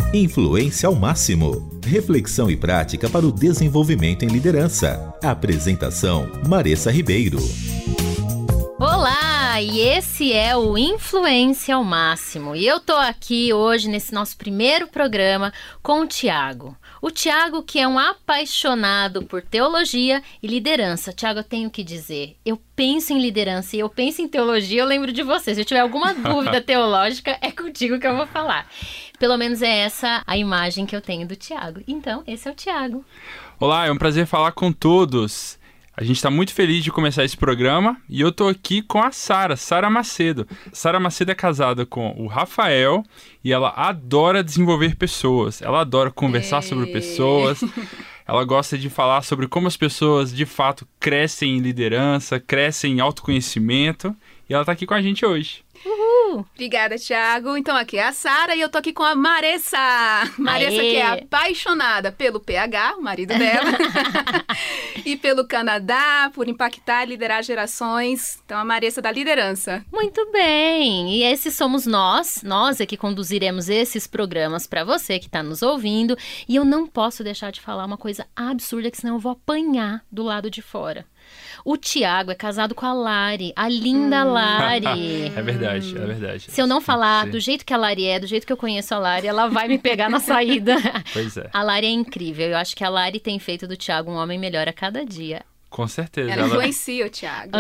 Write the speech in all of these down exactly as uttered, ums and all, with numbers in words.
Influência ao máximo. Reflexão e prática para o desenvolvimento em liderança. Apresentação: Maressa Ribeiro. Olá, e esse é o Influência ao Máximo. E eu tô aqui hoje nesse nosso primeiro programa com o Thiago. O Thiago, que é um apaixonado por teologia e liderança. Thiago, eu tenho que dizer, eu penso em liderança e eu penso em teologia, eu lembro de você. Se eu tiver alguma dúvida teológica, é contigo que eu vou falar. Pelo menos é essa a imagem que eu tenho do Thiago. Então, esse é o Thiago. Olá, é um prazer falar com todos. A gente está muito feliz de começar esse programa e eu tô aqui com a Sara, Sara Macedo. Sara Macedo é casada com o Rafael e ela adora desenvolver pessoas. Ela adora conversar Ei. sobre pessoas. Ela gosta de falar sobre como as pessoas, de fato, crescem em liderança, crescem em autoconhecimento. E ela tá aqui com a gente hoje. Uhul. Obrigada, Thiago. Então aqui é a Sara e eu tô aqui com a Maressa. Maressa, que é apaixonada pelo P H, o marido dela, e pelo Canadá, por impactar e liderar gerações. Então a Maressa da liderança. Muito bem. E esses somos nós. Nós é que conduziremos esses programas para você que está nos ouvindo. E eu não posso deixar de falar uma coisa absurda, que senão eu vou apanhar do lado de fora. O Thiago é casado com a Lari, a linda hum. Lari. É verdade, é verdade. Se eu não falar do jeito que a Lari é, do jeito que eu conheço a Lari, ela vai me pegar na saída. Pois é. A Lari é incrível. Eu acho que a Lari tem feito do Thiago um homem melhor a cada dia. Com certeza. Ela, ela... influencia o Thiago.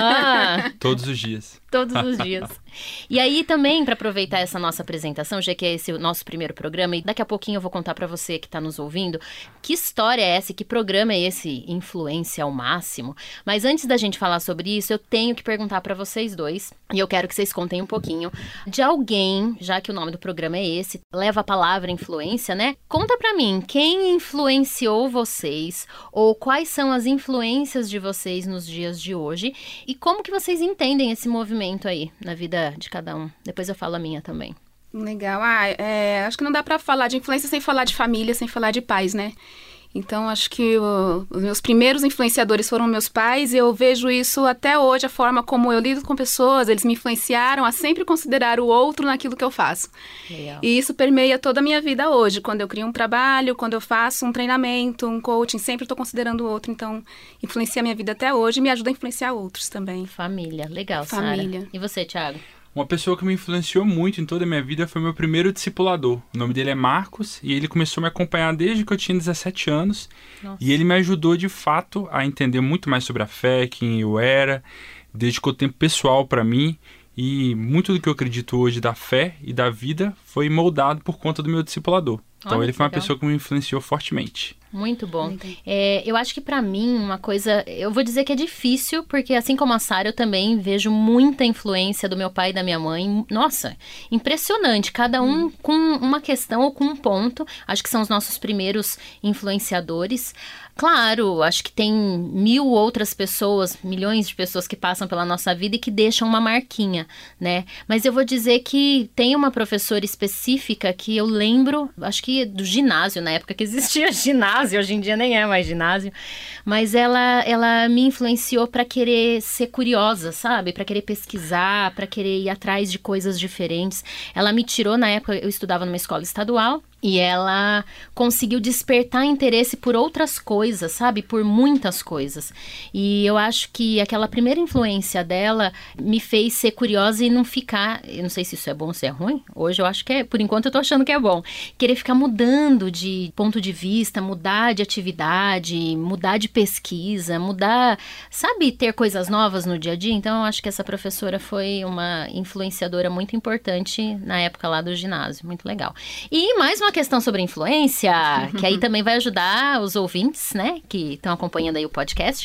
Uhum. Todos os dias. Todos os dias. E aí também, para aproveitar essa nossa apresentação, já que é esse o nosso primeiro programa, e daqui a pouquinho eu vou contar para você que está nos ouvindo, que história é essa, que programa é esse, Influência ao Máximo. Mas antes da gente falar sobre isso, eu tenho que perguntar para vocês dois, e eu quero que vocês contem um pouquinho de alguém, já que o nome do programa é esse, leva a palavra influência, né? Conta para mim, quem influenciou vocês, ou quais são as influências de vocês nos dias de hoje, e como que vocês entendem esse movimento aí na vida de cada um. Depois eu falo a minha também. Legal. Ah, é, acho que não dá pra falar de influência sem falar de família, sem falar de pais, né? Então, acho que o, os meus primeiros influenciadores foram meus pais e eu vejo isso até hoje, a forma como eu lido com pessoas, eles me influenciaram a sempre considerar o outro naquilo que eu faço. Legal. E isso permeia toda a minha vida hoje. Quando eu crio um trabalho, quando eu faço um treinamento, um coaching, sempre estou considerando o outro. Então, influencia a minha vida até hoje e me ajuda a influenciar outros também. Família. Legal, Família. Sara. E você, Thiago? Uma pessoa que me influenciou muito em toda a minha vida foi meu primeiro discipulador. O nome dele é Marcos e ele começou a me acompanhar desde que eu tinha dezessete anos. Nossa. E ele me ajudou, de fato, a entender muito mais sobre a fé, quem eu era, dedicou tempo pessoal para mim. E muito do que eu acredito hoje da fé e da vida foi moldado por conta do meu discipulador. Então Olha, ele foi uma legal. pessoa que me influenciou fortemente. Muito bom. É, eu acho que pra mim, uma coisa... Eu vou dizer que é difícil, porque assim como a Sara, eu também vejo muita influência do meu pai e da minha mãe. Nossa, impressionante. Cada um hum. com uma questão ou com um ponto. Acho que são os nossos primeiros influenciadores. Claro, acho que tem mil outras pessoas, milhões de pessoas que passam pela nossa vida e que deixam uma marquinha, né? Mas eu vou dizer que tem uma professora específica que eu lembro, acho que do ginásio, na época que existia ginásio, hoje em dia nem é mais ginásio, mas ela, ela me influenciou para querer ser curiosa, sabe? Para querer pesquisar, para querer ir atrás de coisas diferentes. Ela me tirou, na época eu estudava numa escola estadual, e ela conseguiu despertar interesse por outras coisas, sabe? Por muitas coisas. E eu acho que aquela primeira influência dela me fez ser curiosa e não ficar... Eu não sei se isso é bom ou se é ruim. Hoje eu acho que é... Por enquanto eu tô achando que é bom. Querer ficar mudando de ponto de vista, mudar de atividade, mudar de pesquisa, mudar... Sabe? Ter coisas novas no dia a dia. Então eu acho que essa professora foi uma influenciadora muito importante na época lá do ginásio. Muito legal. E mais uma questão sobre influência, que aí também vai ajudar os ouvintes, né, que estão acompanhando aí o podcast.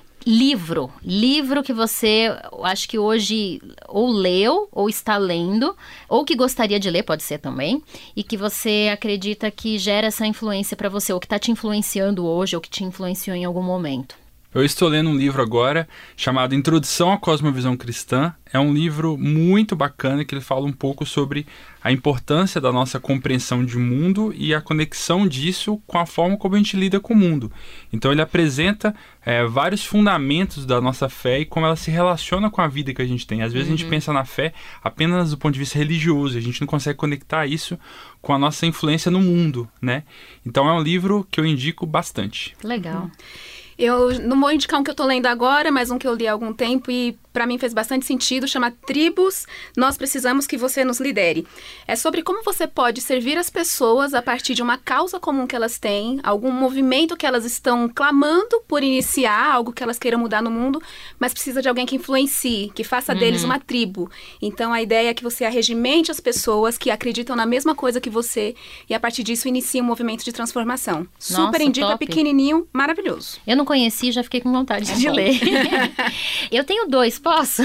Livro, livro que você, acho que hoje ou leu, ou está lendo, ou que gostaria de ler, pode ser também, e que você acredita que gera essa influência para você, ou que está te influenciando hoje, ou que te influenciou em algum momento. Eu estou lendo um livro agora chamado Introdução à Cosmovisão Cristã. É um livro muito bacana que ele fala um pouco sobre a importância da nossa compreensão de mundo e a conexão disso com a forma como a gente lida com o mundo. Então ele apresenta é, vários fundamentos da nossa fé e como ela se relaciona com a vida que a gente tem. Às vezes uhum. a gente pensa na fé apenas do ponto de vista religioso, a gente não consegue conectar isso com a nossa influência no mundo, né? Então é um livro que eu indico bastante. Legal. Eu não vou indicar um que eu tô lendo agora, mas um que eu li há algum tempo e para mim fez bastante sentido, chama Tribos, Nós Precisamos Que Você Nos Lidere. É sobre como você pode servir as pessoas a partir de uma causa comum que elas têm, algum movimento que elas estão clamando por iniciar, algo que elas queiram mudar no mundo, mas precisa de alguém que influencie, que faça uhum. deles uma tribo. Então a ideia é que você arregimente as pessoas que acreditam na mesma coisa que você e a partir disso inicie um movimento de transformação. Nossa, super indico, top. É pequenininho, maravilhoso. Eu não conheci, já fiquei com vontade é de bom. ler. Eu tenho dois, posso?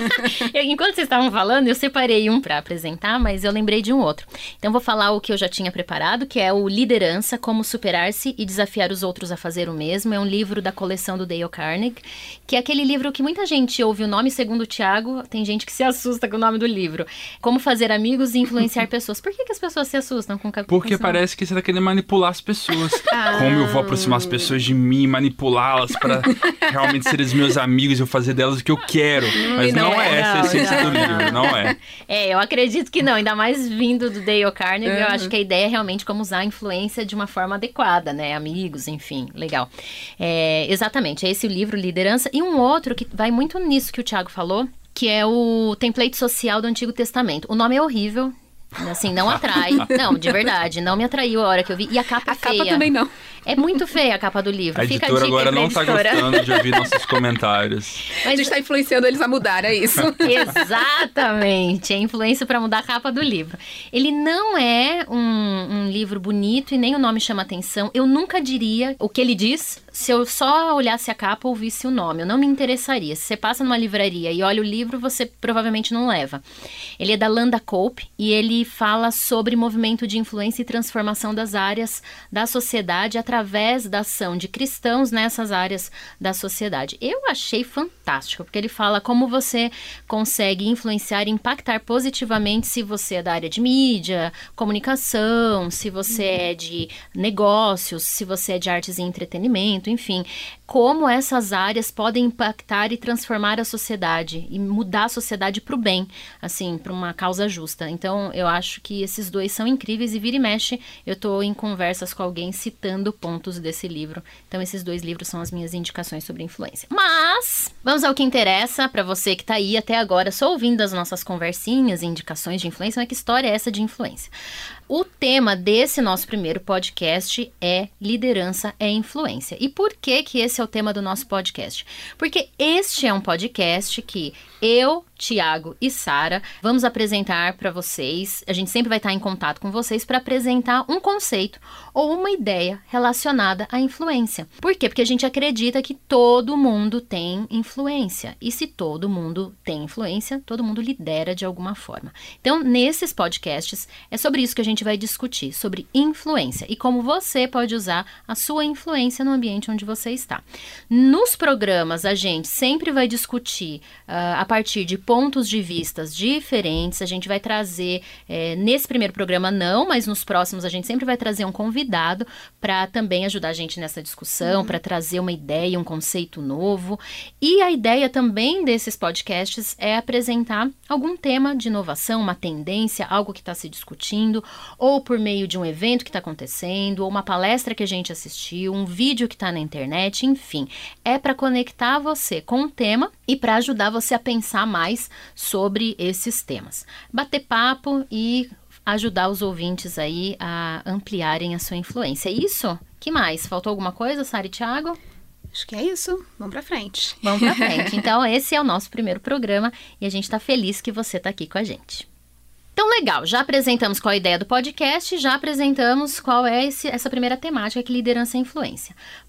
eu, enquanto vocês estavam falando, eu separei um para apresentar, mas eu lembrei de um outro. Então vou falar o que eu já tinha preparado, que é o Liderança, Como Superar-se e Desafiar os Outros a Fazer o Mesmo. É um livro da coleção do Dale Carnegie, que é aquele livro que muita gente ouve o nome, segundo o Tiago, tem gente que se assusta com o nome do livro. Como Fazer Amigos e Influenciar Pessoas. Por que, que as pessoas se assustam com o Porque parece que você tá querendo manipular as pessoas. Ah. Como eu vou aproximar as pessoas de mim, manipulá-las para realmente serem os meus amigos e eu fazer delas o que eu quero. Mas não, não é, é essa a essência do livro, não é. É, eu acredito que não, ainda mais vindo do Dale Carnegie, uhum. eu acho que a ideia é realmente como usar a influência de uma forma adequada, né? Amigos, enfim, legal. É, exatamente, é esse o livro, Liderança. E um outro que vai muito nisso que o Tiago falou, que é o Template Social do Antigo Testamento. O nome é horrível. Assim, não atrai. Não, de verdade, não me atraiu a hora que eu vi. E a capa a é feia. A capa também não. É muito feia a capa do livro. A Fica editora a dica agora não tá gostando de ouvir nossos comentários. Mas... A gente está influenciando eles a mudar, é isso? Exatamente, é influência para mudar a capa do livro. Ele não é um, um livro bonito e nem o nome chama atenção. Eu nunca diria o que ele diz se eu só olhasse a capa ou ouvisse o nome. Eu não me interessaria. Se você passa numa livraria e olha o livro, você provavelmente não leva. Ele é da Landa Cope e ele fala sobre movimento de influência e transformação das áreas da sociedade através da ação de cristãos nessas áreas da sociedade. Eu achei fantástico, porque ele fala como você consegue influenciar e impactar positivamente se você é da área de mídia, comunicação, se você é de negócios, se você é de artes e entretenimento, enfim, como essas áreas podem impactar e transformar a sociedade e mudar a sociedade para o bem, assim, para uma causa justa. Então, eu acho que esses dois são incríveis e vira e mexe, eu estou em conversas com alguém citando pontos desse livro. Então, esses dois livros são as minhas indicações sobre influência. Mas, vamos ao que interessa para você que está aí até agora, só ouvindo as nossas conversinhas e indicações de influência, mas que história é essa de influência? O tema desse nosso primeiro podcast é liderança é influência. E por que que esse é o tema do nosso podcast? Porque este é um podcast que eu, Tiago e Sara vamos apresentar para vocês. A gente sempre vai estar em contato com vocês para apresentar um conceito ou uma ideia relacionada à influência. Por quê? Porque a gente acredita que todo mundo tem influência. E se todo mundo tem influência, todo mundo lidera de alguma forma. Então, nesses podcasts, é sobre isso que a gente vai discutir, sobre influência e como você pode usar a sua influência no ambiente onde você está. Nos programas, a gente sempre vai discutir uh, a partir de pontos de vistas diferentes. A gente vai trazer, é, nesse primeiro programa não, mas nos próximos a gente sempre vai trazer um convidado para também ajudar a gente nessa discussão, uhum. para trazer uma ideia, um conceito novo. E a ideia também desses podcasts é apresentar algum tema de inovação, uma tendência, algo que está se discutindo, ou por meio de um evento que está acontecendo, ou uma palestra que a gente assistiu, um vídeo que está na internet, enfim. É para conectar você com o tema e para ajudar você a pensar mais sobre esses temas. Bater papo e ajudar os ouvintes aí a ampliarem a sua influência. É isso? Que mais? Faltou alguma coisa, Sara e Thiago? Acho que é isso. Vamos pra frente. Vamos pra frente. Então, esse é o nosso primeiro programa e a gente tá feliz que você tá aqui com a gente. Então, legal, já apresentamos qual é a ideia do podcast, já apresentamos qual é esse, essa primeira temática, que liderança e influência.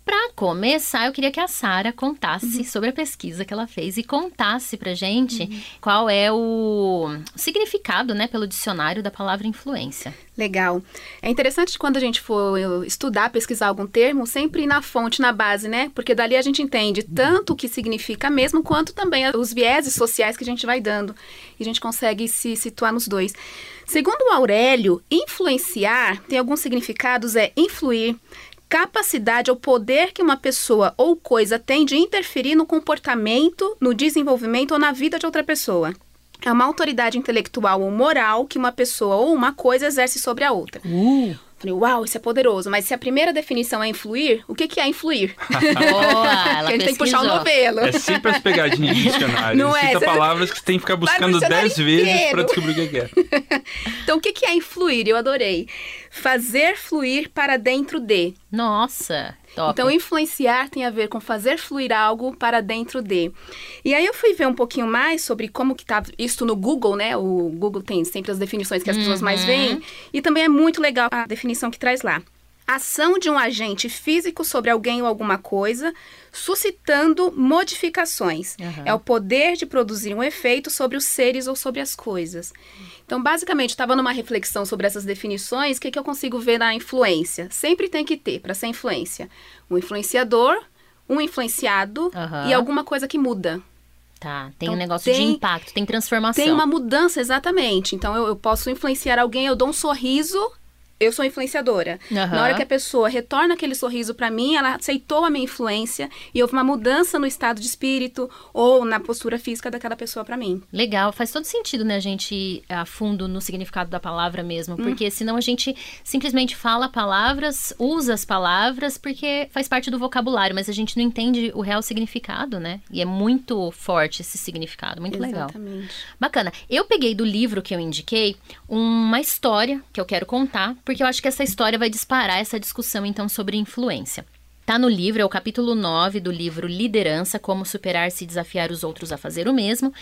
Para começar, eu queria que a Sara contasse uhum. sobre a pesquisa que ela fez e contasse pra gente uhum. qual é o significado, né, pelo dicionário da palavra influência. Legal. É interessante quando a gente for estudar, pesquisar algum termo, sempre ir na fonte, na base, né? Porque dali a gente entende tanto o que significa mesmo, quanto também os vieses sociais que a gente vai dando. E a gente consegue se situar nos dois. Segundo o Aurélio, influenciar tem alguns significados, é influir, capacidade ou poder que uma pessoa ou coisa tem de interferir no comportamento, no desenvolvimento ou na vida de outra pessoa. É uma autoridade intelectual ou moral que uma pessoa ou uma coisa exerce sobre a outra. Uh. Falei, uau, isso é poderoso. Mas se a primeira definição é influir, o que, que é influir? Boa, ela a gente tem que puxar o novelo. É sempre as pegadinhas de dicionário. Não é? Cita palavras que você tem que ficar buscando dez vezes para descobrir o que é. Então, o que, que é influir? Eu adorei. Fazer fluir para dentro de. Nossa, top. Então, influenciar tem a ver com fazer fluir algo para dentro de. E aí eu fui ver um pouquinho mais sobre como que tá isso no Google, né? O Google tem sempre as definições que as uhum. pessoas mais veem. E também é muito legal a definição que traz lá. Ação de um agente físico sobre alguém ou alguma coisa, suscitando modificações. Uhum. É o poder de produzir um efeito sobre os seres ou sobre as coisas. Então, basicamente, estava numa reflexão sobre essas definições, o que, que eu consigo ver na influência? Sempre tem que ter, para ser influência, um influenciador, um influenciado uhum. e alguma coisa que muda. Tá, tem então, um negócio tem, de impacto, tem transformação. Tem uma mudança, exatamente. Então, eu, eu posso influenciar alguém, eu dou um sorriso... Eu sou influenciadora. Uhum. Na hora que a pessoa retorna aquele sorriso para mim, ela aceitou a minha influência e houve uma mudança no estado de espírito ou na postura física daquela pessoa para mim. Legal, faz todo sentido, né, a gente ir a fundo no significado da palavra mesmo, porque hum. senão a gente simplesmente fala palavras, usa as palavras porque faz parte do vocabulário, mas a gente não entende o real significado, né? E é muito forte esse significado, muito legal. Exatamente. Bacana. Eu peguei do livro que eu indiquei uma história que eu quero contar, porque eu acho que essa história vai disparar essa discussão, então, sobre influência. Tá no livro, é o capítulo nove do livro Liderança, Como Superar-se e Desafiar os Outros a Fazer o Mesmo.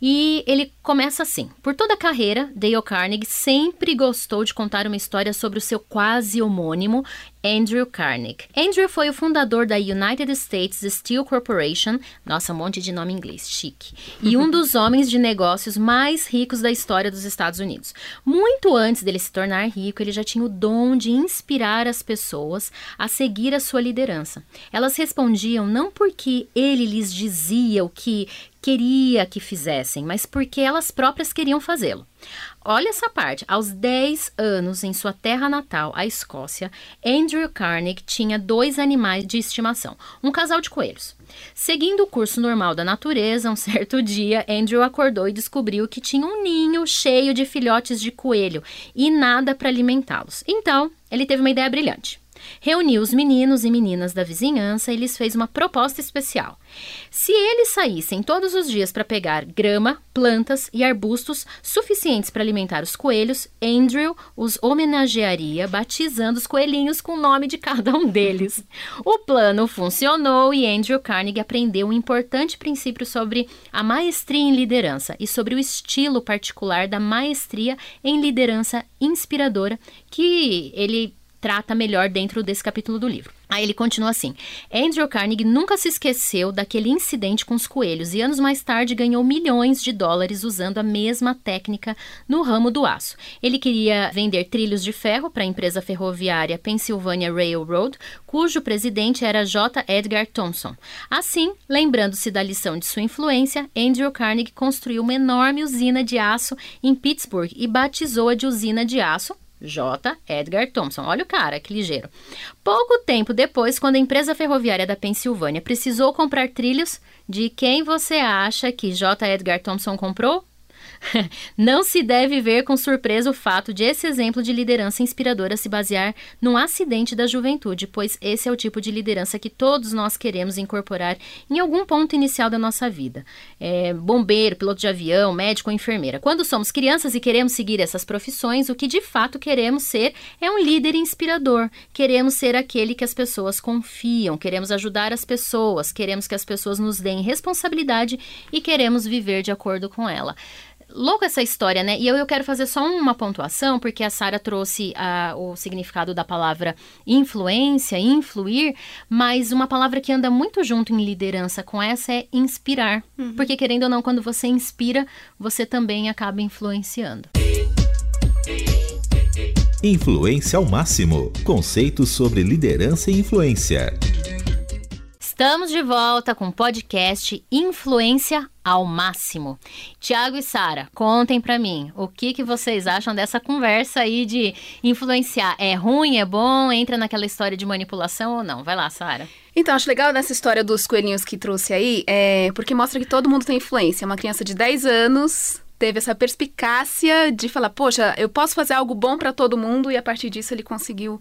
E ele começa assim. Por toda a carreira, Dale Carnegie sempre gostou de contar uma história sobre o seu quase homônimo, Andrew Carnegie. Andrew foi o fundador da United States Steel Corporation, nossa, um monte de nome em inglês, chique, e um dos homens de negócios mais ricos da história dos Estados Unidos. Muito antes dele se tornar rico, ele já tinha o dom de inspirar as pessoas a seguir a sua liderança. Elas respondiam não porque ele lhes dizia o que queria que fizessem, mas porque elas próprias queriam fazê-lo. Olha essa parte. Aos dez anos, em sua terra natal, a Escócia, Andrew Carnegie tinha dois animais de estimação, um casal de coelhos. Seguindo o curso normal da natureza, um certo dia, Andrew acordou e descobriu que tinha um ninho cheio de filhotes de coelho e nada para alimentá-los. Então, ele teve uma ideia brilhante. Reuniu os meninos e meninas da vizinhança e lhes fez uma proposta especial. Se eles saíssem todos os dias para pegar grama, plantas e arbustos suficientes para alimentar os coelhos, Andrew os homenagearia, batizando os coelhinhos com o nome de cada um deles. O plano funcionou e Andrew Carnegie aprendeu um importante princípio sobre a maestria em liderança e sobre o estilo particular da maestria em liderança inspiradora que ele trata melhor dentro desse capítulo do livro. Aí ele continua assim. Andrew Carnegie nunca se esqueceu daquele incidente com os coelhos e anos mais tarde ganhou milhões de dólares usando a mesma técnica no ramo do aço. Ele queria vender trilhos de ferro para a empresa ferroviária Pennsylvania Railroad, cujo presidente era J. Edgar Thompson. Assim, lembrando-se da lição de sua influência, Andrew Carnegie construiu uma enorme usina de aço em Pittsburgh e batizou-a de usina de aço J. Edgar Thompson. Olha o cara, que ligeiro. Pouco tempo depois, quando a empresa ferroviária da Pensilvânia precisou comprar trilhos, de quem você acha que J. Edgar Thompson comprou? Não se deve ver com surpresa o fato de esse exemplo de liderança inspiradora se basear num acidente da juventude, pois esse é o tipo de liderança que todos nós queremos incorporar em algum ponto inicial da nossa vida. É, bombeiro, piloto de avião, médico ou enfermeira. Quando somos crianças e queremos seguir essas profissões, o que de fato queremos ser é um líder inspirador. Queremos ser aquele que as pessoas confiam, queremos ajudar as pessoas, queremos que as pessoas nos deem responsabilidade e queremos viver de acordo com ela. louco essa história, né? E eu, eu quero fazer só uma pontuação, porque a Sara trouxe a, o significado da palavra influência, influir, mas uma palavra que anda muito junto em liderança com essa é inspirar. Uhum. Porque, querendo ou não, quando você inspira, você também acaba influenciando. Influência ao máximo. Conceitos sobre liderança e influência. Estamos de volta com o podcast Influência ao Máximo. Tiago e Sara, contem pra mim, o que, que vocês acham dessa conversa aí de influenciar? É ruim, é bom? Entra naquela história de manipulação ou não? Vai lá, Sara. Então, acho legal dessa história dos coelhinhos que trouxe aí, é porque mostra que todo mundo tem influência. Uma criança de dez anos teve essa perspicácia de falar, poxa, eu posso fazer algo bom pra todo mundo, e a partir disso ele conseguiu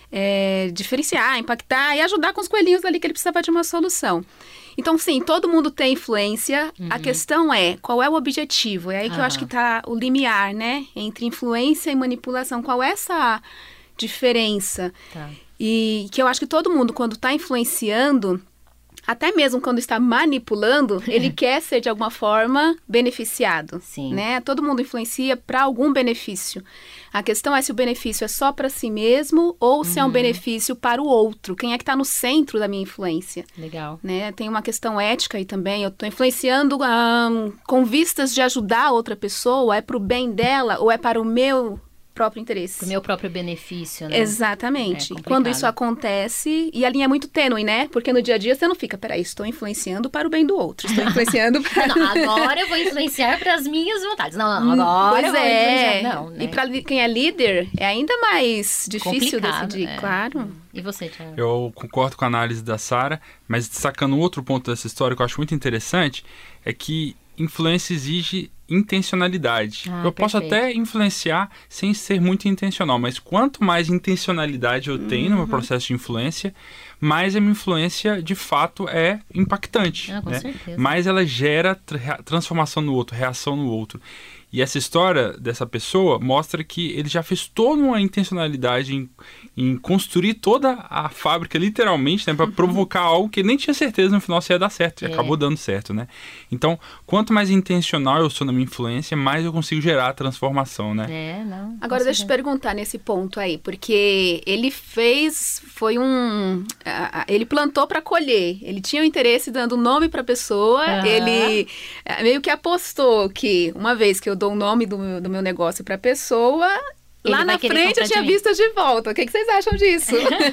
É, diferenciar, impactar e ajudar com os coelhinhos ali que ele precisava de uma solução. Então, sim, todo mundo tem influência. Uhum. A questão é, qual é o objetivo? É aí que uhum. eu acho que está o limiar, né? Entre influência e manipulação. Qual é essa diferença? Tá. E que eu acho que todo mundo, quando está influenciando, até mesmo quando está manipulando, ele quer ser, de alguma forma, beneficiado. Sim. Né? Todo mundo influencia para algum benefício. A questão é se o benefício é só para si mesmo ou se uhum. é um benefício para o outro. Quem é que está no centro da minha influência? Legal. Né? Tem uma questão ética aí também. Eu estou influenciando um, com vistas de ajudar outra pessoa. É para o bem dela ou é para o meu próprio interesse? Para o meu próprio benefício, né? Exatamente. É quando isso acontece, e a linha é muito tênue, né? Porque no dia a dia você não fica, peraí, estou influenciando para o bem do outro. Estou influenciando para... não, agora eu vou influenciar para as minhas vontades. Não, não, agora pois eu vou é. influenciar. Não, né? E para quem é líder, é ainda mais difícil complicado, decidir, é. claro. E você, Thiago? Eu concordo com a análise da Sara, mas destacando outro ponto dessa história que eu acho muito interessante, é que influência exige intencionalidade. Ah, eu posso perfeito. até influenciar sem ser muito intencional, mas quanto mais intencionalidade eu tenho uhum. no meu processo de influência, mais a minha influência de fato é impactante. Ah, com né? certeza. Mais ela gera tra- transformação no outro, reação no outro. E essa história dessa pessoa mostra que ele já fez toda uma intencionalidade em, em construir toda a fábrica, literalmente, né, para uhum. provocar algo que ele nem tinha certeza no final se ia dar certo. E é. acabou dando certo, né? Então, quanto mais intencional eu sou na minha influência, mais eu consigo gerar a transformação, né? É, não. Agora, deixa eu te perguntar nesse ponto aí, porque ele fez, foi um... Ele plantou para colher. Ele tinha o interesse dando nome para a pessoa, uhum. ele meio que apostou que, uma vez que eu dou o nome do meu, do meu negócio para a pessoa, ele lá na frente eu tinha vistas de volta. O que, que vocês acham disso?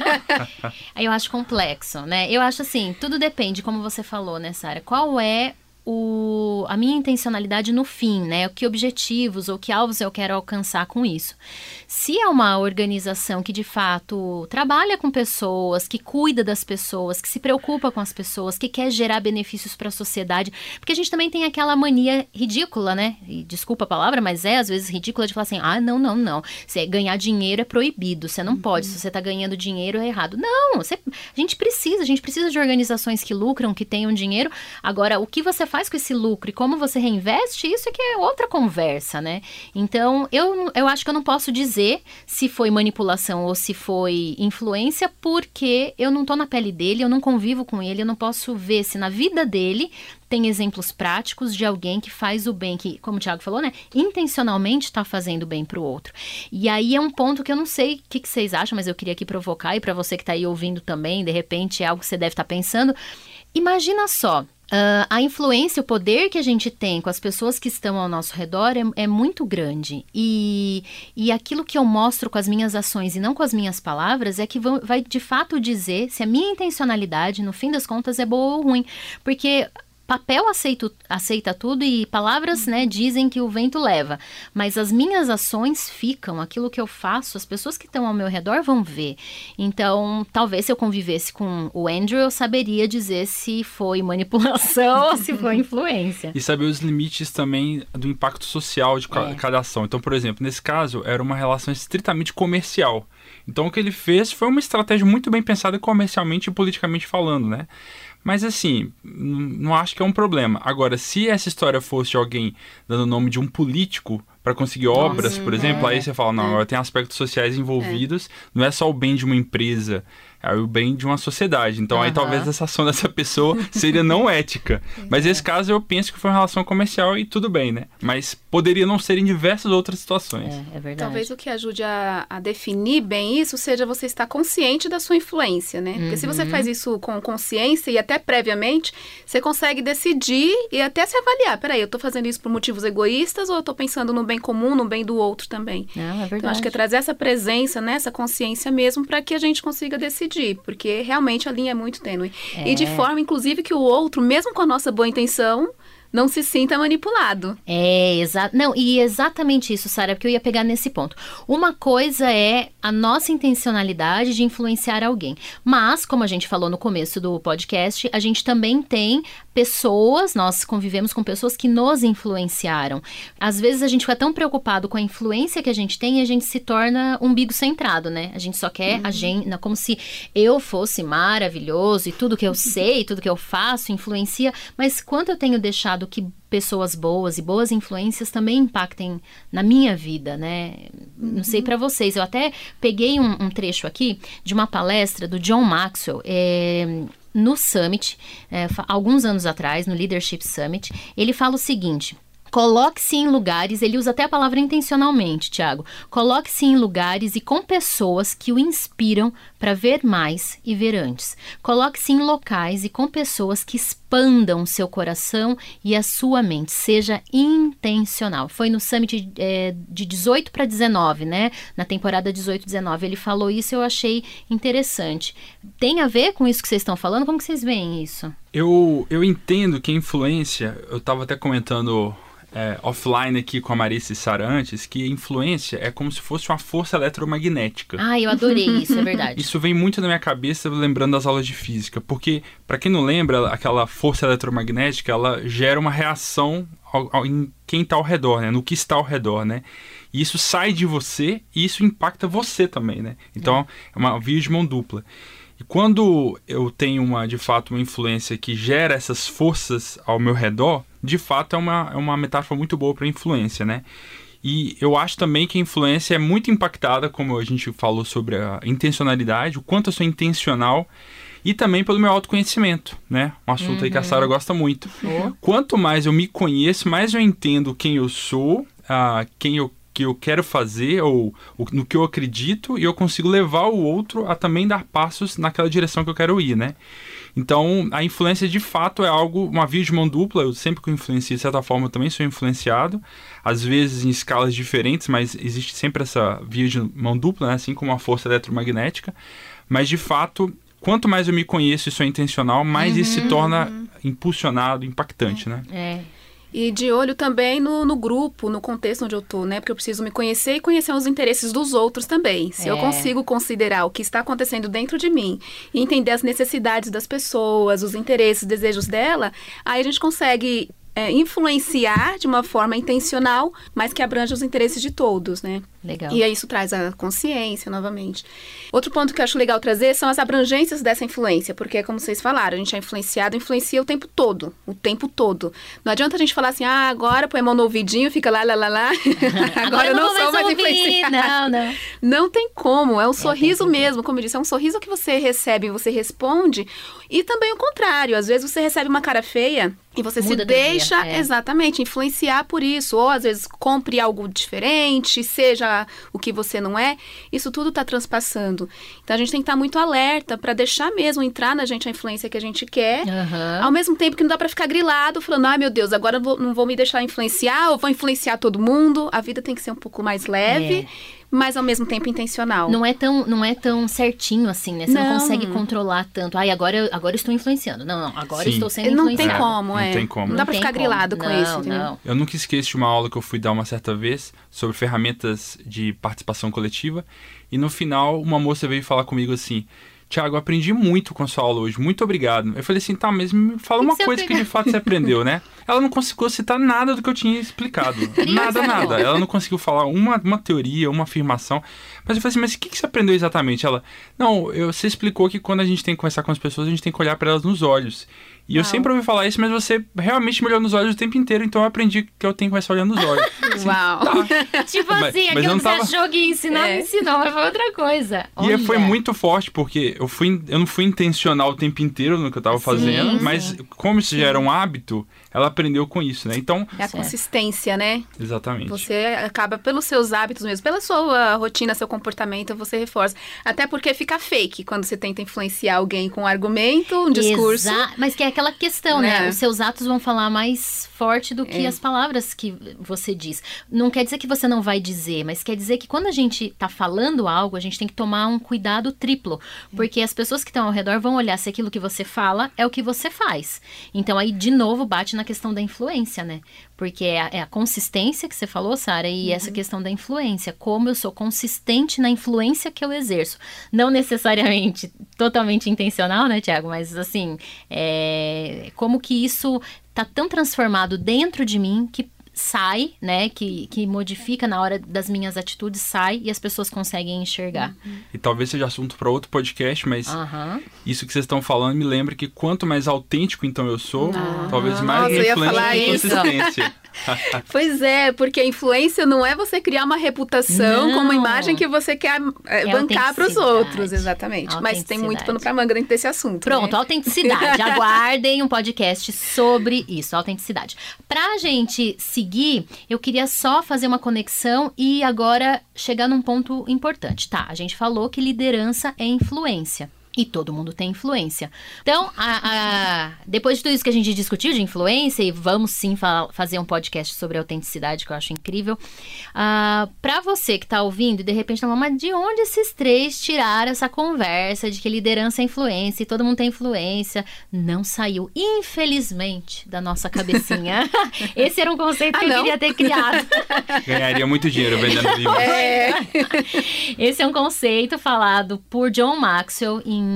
Aí eu acho complexo, né? Eu acho assim, tudo depende, como você falou, né, Sara? Qual é o, a minha intencionalidade no fim, né? Que objetivos ou que alvos eu quero alcançar com isso? Se é uma organização que, de fato, trabalha com pessoas, que cuida das pessoas, que se preocupa com as pessoas, que quer gerar benefícios para a sociedade, porque a gente também tem aquela mania ridícula, né? E desculpa a palavra, mas é às vezes ridícula de falar assim, ah, não, não, não. Você ganhar dinheiro é proibido, você não uhum. pode. Se você está ganhando dinheiro é errado. Não, você, a gente precisa, a gente precisa de organizações que lucram, que tenham dinheiro. Agora, o que você faz com esse lucro e como você reinveste, isso é que é outra conversa, né? Então, eu, eu acho que eu não posso dizer se foi manipulação ou se foi influência, porque eu não tô na pele dele, eu não convivo com ele, eu não posso ver se na vida dele tem exemplos práticos de alguém que faz o bem, que, como o Thiago falou, né, intencionalmente está fazendo bem pro outro. E aí é um ponto que eu não sei o que, que vocês acham, mas eu queria aqui provocar, e para você que tá aí ouvindo também, de repente é algo que você deve estar pensando. Imagina só, Uh, a influência, o poder que a gente tem com as pessoas que estão ao nosso redor é, é muito grande. E, e aquilo que eu mostro com as minhas ações e não com as minhas palavras é que vão, vai de fato dizer se a minha intencionalidade, no fim das contas, é boa ou ruim. Porque papel aceito, aceita tudo e palavras, né, dizem que o vento leva. Mas as minhas ações ficam, aquilo que eu faço, as pessoas que estão ao meu redor vão ver. Então, talvez se eu convivesse com o Andrew, eu saberia dizer se foi manipulação ou se foi influência. E saber os limites também do impacto social de é. cada ação. Então, por exemplo, nesse caso, era uma relação estritamente comercial. Então, o que ele fez foi uma estratégia muito bem pensada comercialmente e politicamente falando, né? Mas assim, não acho que é um problema. Agora, se essa história fosse de alguém dando o nome de um político para conseguir obras, por exemplo, é, aí você fala, não, é. agora tem aspectos sociais envolvidos, não é só o bem de uma empresa, é o bem de uma sociedade. Então, aí Aham. talvez essa ação dessa pessoa seria não ética. Mas nesse caso, eu penso que foi uma relação comercial e tudo bem, né? Mas poderia não ser em diversas outras situações. É, é verdade. Talvez o que ajude a, a definir bem isso seja você estar consciente da sua influência, né? Porque se você faz isso com consciência e até previamente, você consegue decidir e até se avaliar. Peraí, eu tô fazendo isso por motivos egoístas ou eu tô pensando no bem comum, no bem do outro também? Não, é verdade. Então, acho que é trazer essa presença, né, essa consciência mesmo, para que a gente consiga decidir, porque realmente a linha é muito tênue. É. E de forma, inclusive, que o outro, mesmo com a nossa boa intenção, não se sinta manipulado. É, exato. Não, e exatamente isso, Sara, porque eu ia pegar nesse ponto. Uma coisa é a nossa intencionalidade de influenciar alguém. Mas, como a gente falou no começo do podcast, a gente também tem pessoas, nós convivemos com pessoas que nos influenciaram. Às vezes a gente fica tão preocupado com a influência que a gente tem e a gente se torna umbigo centrado, né? A gente só quer a gente, como se eu fosse maravilhoso e tudo que eu sei, tudo que eu faço influencia, mas quanto eu tenho deixado que pessoas boas e boas influências também impactem na minha vida, né? Não sei pra vocês, eu até peguei um, um trecho aqui de uma palestra do John Maxwell, é, no Summit, é, alguns anos atrás, no Leadership Summit. Ele fala o seguinte: coloque-se em lugares, ele usa até a palavra intencionalmente, Tiago. Coloque-se em lugares e com pessoas que o inspiram para ver mais e ver antes. Coloque-se em locais e com pessoas que expandam o seu coração e a sua mente. Seja intencional. Foi no Summit é, de dezoito para dezenove, né? Na temporada dezoito e dezenove. Ele falou isso e eu achei interessante. Tem a ver com isso que vocês estão falando? Como que vocês veem isso? Eu, eu entendo que a influência, eu estava até comentando é, offline aqui com a Marissa e Sara antes, que a influência é como se fosse uma força eletromagnética. Ah, eu adorei isso, é verdade. Isso vem muito na minha cabeça lembrando das aulas de física, porque, para quem não lembra, aquela força eletromagnética, ela gera uma reação ao, ao, em quem está ao redor, né? No que está ao redor, né? E isso sai de você e isso impacta você também, né? Então, é uma via de mão dupla. E quando eu tenho, uma, de fato, uma influência que gera essas forças ao meu redor, de fato é uma, é uma metáfora muito boa para influência, né? E eu acho também que a influência é muito impactada, como a gente falou sobre a intencionalidade, o quanto eu sou intencional, e também pelo meu autoconhecimento, né? Um assunto uhum. aí que a Sara gosta muito. Oh. Quanto mais eu me conheço, mais eu entendo quem eu sou, uh, quem eu que eu quero fazer ou, ou no que eu acredito, e eu consigo levar o outro a também dar passos naquela direção que eu quero ir, né? Então, a influência de fato é algo, uma via de mão dupla. Eu sempre que eu influencio, de certa forma, eu também sou influenciado, às vezes em escalas diferentes, mas existe sempre essa via de mão dupla, né? Assim como a força eletromagnética. Mas, de fato, quanto mais eu me conheço e sou intencional, mais uhum, isso se torna uhum. impulsionado, impactante, é, né? É. E de olho também no, no grupo, no contexto onde eu tô, né? Porque eu preciso me conhecer e conhecer os interesses dos outros também. Se é. eu consigo considerar o que está acontecendo dentro de mim e entender as necessidades das pessoas, os interesses, os desejos dela, aí a gente consegue é, influenciar de uma forma intencional, mas que abrange os interesses de todos, né? Legal. E aí isso traz a consciência, novamente. Outro ponto que eu acho legal trazer são as abrangências dessa influência, porque, como vocês falaram, a gente é influenciado, influencia o tempo todo, o tempo todo. Não adianta a gente falar assim, ah, agora põe a mão no ouvidinho, fica lá, lá, lá, lá. agora, agora eu não, não sou mais influenciada. Não, não. Não tem como, é um sorriso mesmo, como eu disse, é um sorriso que você recebe, você responde, e também o contrário, às vezes você recebe uma cara feia e você Muda se deixa, dia, é. exatamente, influenciar por isso, ou às vezes compre algo diferente, seja o que você não é, isso tudo está transpassando. Então a gente tem que estar muito alerta para deixar mesmo entrar na gente a influência que a gente quer, uhum. ao mesmo tempo que não dá para ficar grilado, falando, ai meu Deus, agora eu vou, não vou me deixar influenciar, ou vou influenciar todo mundo. A vida tem que ser um pouco mais leve, é. mas ao mesmo tempo intencional. Não é tão, não é tão certinho assim, né? Você não, não consegue controlar tanto. Ai, agora eu, agora eu estou influenciando. Não, não, agora Sim. eu estou sendo não influenciado. Tem como, é. Não tem como. Não dá para ficar como. grilado com não, isso, entendeu? Não. Eu nunca esqueço de uma aula que eu fui dar uma certa vez sobre ferramentas de participação coletiva, e no final uma moça veio falar comigo assim, Tiago, eu aprendi muito com a sua aula hoje, muito obrigado. Eu falei assim, tá, mas me fala que uma que coisa aprendeu? que de fato você aprendeu, né? Ela não conseguiu citar nada do que eu tinha explicado. nada, nada. Ela não conseguiu falar uma, uma teoria, uma afirmação. Mas eu falei assim, mas o que, que você aprendeu exatamente? Ela, não, eu, você explicou que quando a gente tem que conversar com as pessoas, a gente tem que olhar para elas nos olhos. E eu sempre ouvi falar isso, mas você realmente me olhou nos olhos o tempo inteiro, então eu aprendi que eu tenho que começar olhando nos olhos. Assim, Uau! Tá. Tipo Mas- assim, mas aquilo eu não que tava- você achou que ia ensinar, É. não ensinou, mas foi outra coisa. E Olha. foi muito forte, porque eu, fui, eu não fui intencional o tempo inteiro no que eu tava fazendo, sim. mas como isso já era um hábito, ela aprendeu com isso, né? Então, É a Certo. consistência, né? exatamente. Você acaba, pelos seus hábitos mesmo, pela sua rotina, seu comportamento, você reforça. Até porque fica fake quando você tenta influenciar alguém com um argumento, um discurso. Exa- Mas que é aquela questão, né? Né? Os seus atos vão falar mais forte do que É. as palavras que você diz. Não quer dizer que você não vai dizer, mas quer dizer que quando a gente tá falando algo, a gente tem que tomar um cuidado triplo. Porque as pessoas que estão ao redor vão olhar se aquilo que você fala é o que você faz. Então aí, de novo, bate na questão da influência, né? Porque é a, é a consistência que você falou, Sara, e essa questão da influência. Como eu sou consistente na influência que eu exerço. Não necessariamente totalmente intencional, né, Tiago? Mas, assim, é, como que isso tá tão transformado dentro de mim que sai, né, que, que modifica na hora das minhas atitudes, sai e as pessoas conseguem enxergar. E talvez seja assunto para outro podcast, mas Aham. isso que vocês estão falando me lembra que quanto mais autêntico então eu sou, Ah. talvez mais Nossa, eu ia influência falar e isso. consistência. Pois é, porque a influência não é você criar uma reputação Não. com uma imagem que você quer é, É bancar para os autenticidade. outros, exatamente. Mas tem muito Autenticidade. pano para manga dentro desse assunto. Pronto, né? autenticidade. Aguardem um podcast sobre isso, autenticidade. Pra gente seguir, eu queria só fazer uma conexão e agora chegar num ponto importante. Tá, a gente falou que liderança é influência. E todo mundo tem influência. Então, a- a- depois de tudo isso que a gente discutiu de influência, e vamos sim fa- fazer um podcast sobre autenticidade, que eu acho incrível. Ah, pra você que tá ouvindo e de repente tá falando, mas de onde esses três tiraram essa conversa de que liderança é influência e todo mundo tem influência? Não saiu, infelizmente, da nossa cabecinha. Esse era um conceito Ah, que eu não? queria ter criado. Ganharia muito dinheiro vendendo livros. É, Esse é um conceito falado por John Maxwell em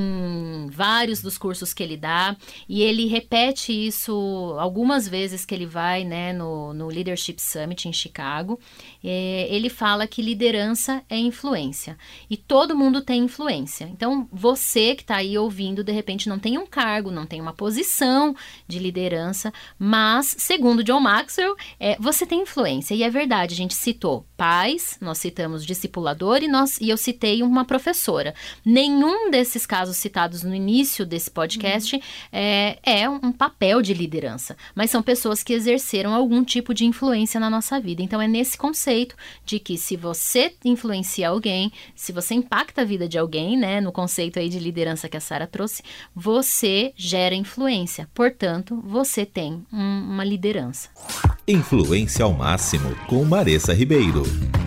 vários dos cursos que ele dá, e ele repete isso algumas vezes que ele vai, né, no, no Leadership Summit em Chicago. É, ele fala que liderança é influência, e todo mundo tem influência. Então, você que está aí ouvindo, de repente não tem um cargo, não tem uma posição de liderança, mas, segundo John Maxwell, é, você tem influência, e é verdade, a gente citou pais, nós citamos discipulador, e, nós, e eu citei uma professora. Nenhum desses casos citados no início desse podcast uhum. é, é um papel de liderança, mas são pessoas que exerceram algum tipo de influência na nossa vida. Então é nesse conceito de que se você influencia alguém, se você impacta a vida de alguém, né, no conceito aí de liderança que a Sara trouxe, você gera influência, portanto, você tem um, uma liderança. Influência ao máximo com Maressa Ribeiro.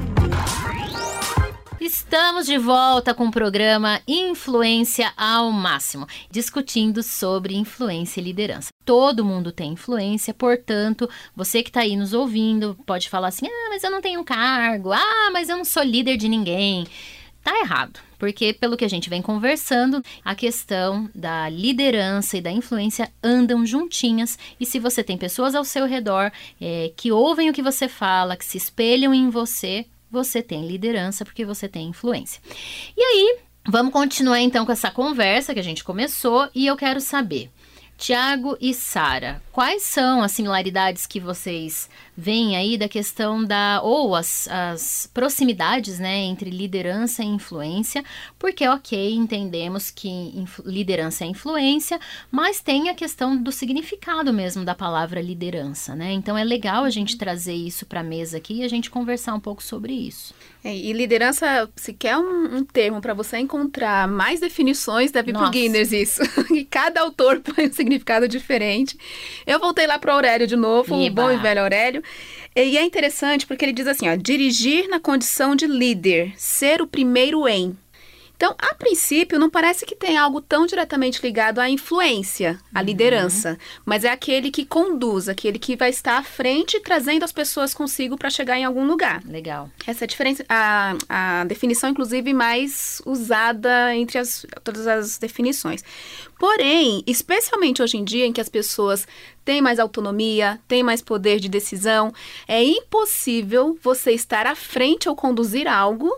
Estamos de volta com o programa Influência ao Máximo, discutindo sobre influência e liderança. Todo mundo tem influência, portanto, você que está aí nos ouvindo pode falar assim, ah, mas eu não tenho cargo, ah, mas eu não sou líder de ninguém. Tá errado, porque pelo que a gente vem conversando, a questão da liderança e da influência andam juntinhas, e se você tem pessoas ao seu redor é, que ouvem o que você fala, que se espelham em você, você tem liderança porque você tem influência. E aí, vamos continuar então com essa conversa que a gente começou, e eu quero saber, Tiago e Sara, quais são as similaridades que vocês veem aí da questão da, ou as, as proximidades, né, entre liderança e influência, porque, ok, entendemos que influ, liderança é influência, mas tem a questão do significado mesmo da palavra liderança, né? Então é legal a gente trazer isso para a mesa aqui e a gente conversar um pouco sobre isso. É, e liderança, se quer um, um termo para você encontrar mais definições, deve ir pro Guinness isso. E cada autor põe um significado diferente. Eu voltei lá para Aurélio de novo, Eba. o bom e velho Aurélio. E é interessante porque ele diz assim, ó, dirigir na condição de líder, ser o primeiro em. Então, a princípio, não parece que tem algo tão diretamente ligado à influência, à uhum. liderança, mas é aquele que conduz, aquele que vai estar à frente, trazendo as pessoas consigo para chegar em algum lugar. Legal. Essa é a diferença, a, a definição, inclusive, mais usada entre as, todas as definições. Porém, especialmente hoje em dia, em que as pessoas têm mais autonomia, têm mais poder de decisão, é impossível você estar à frente ou conduzir algo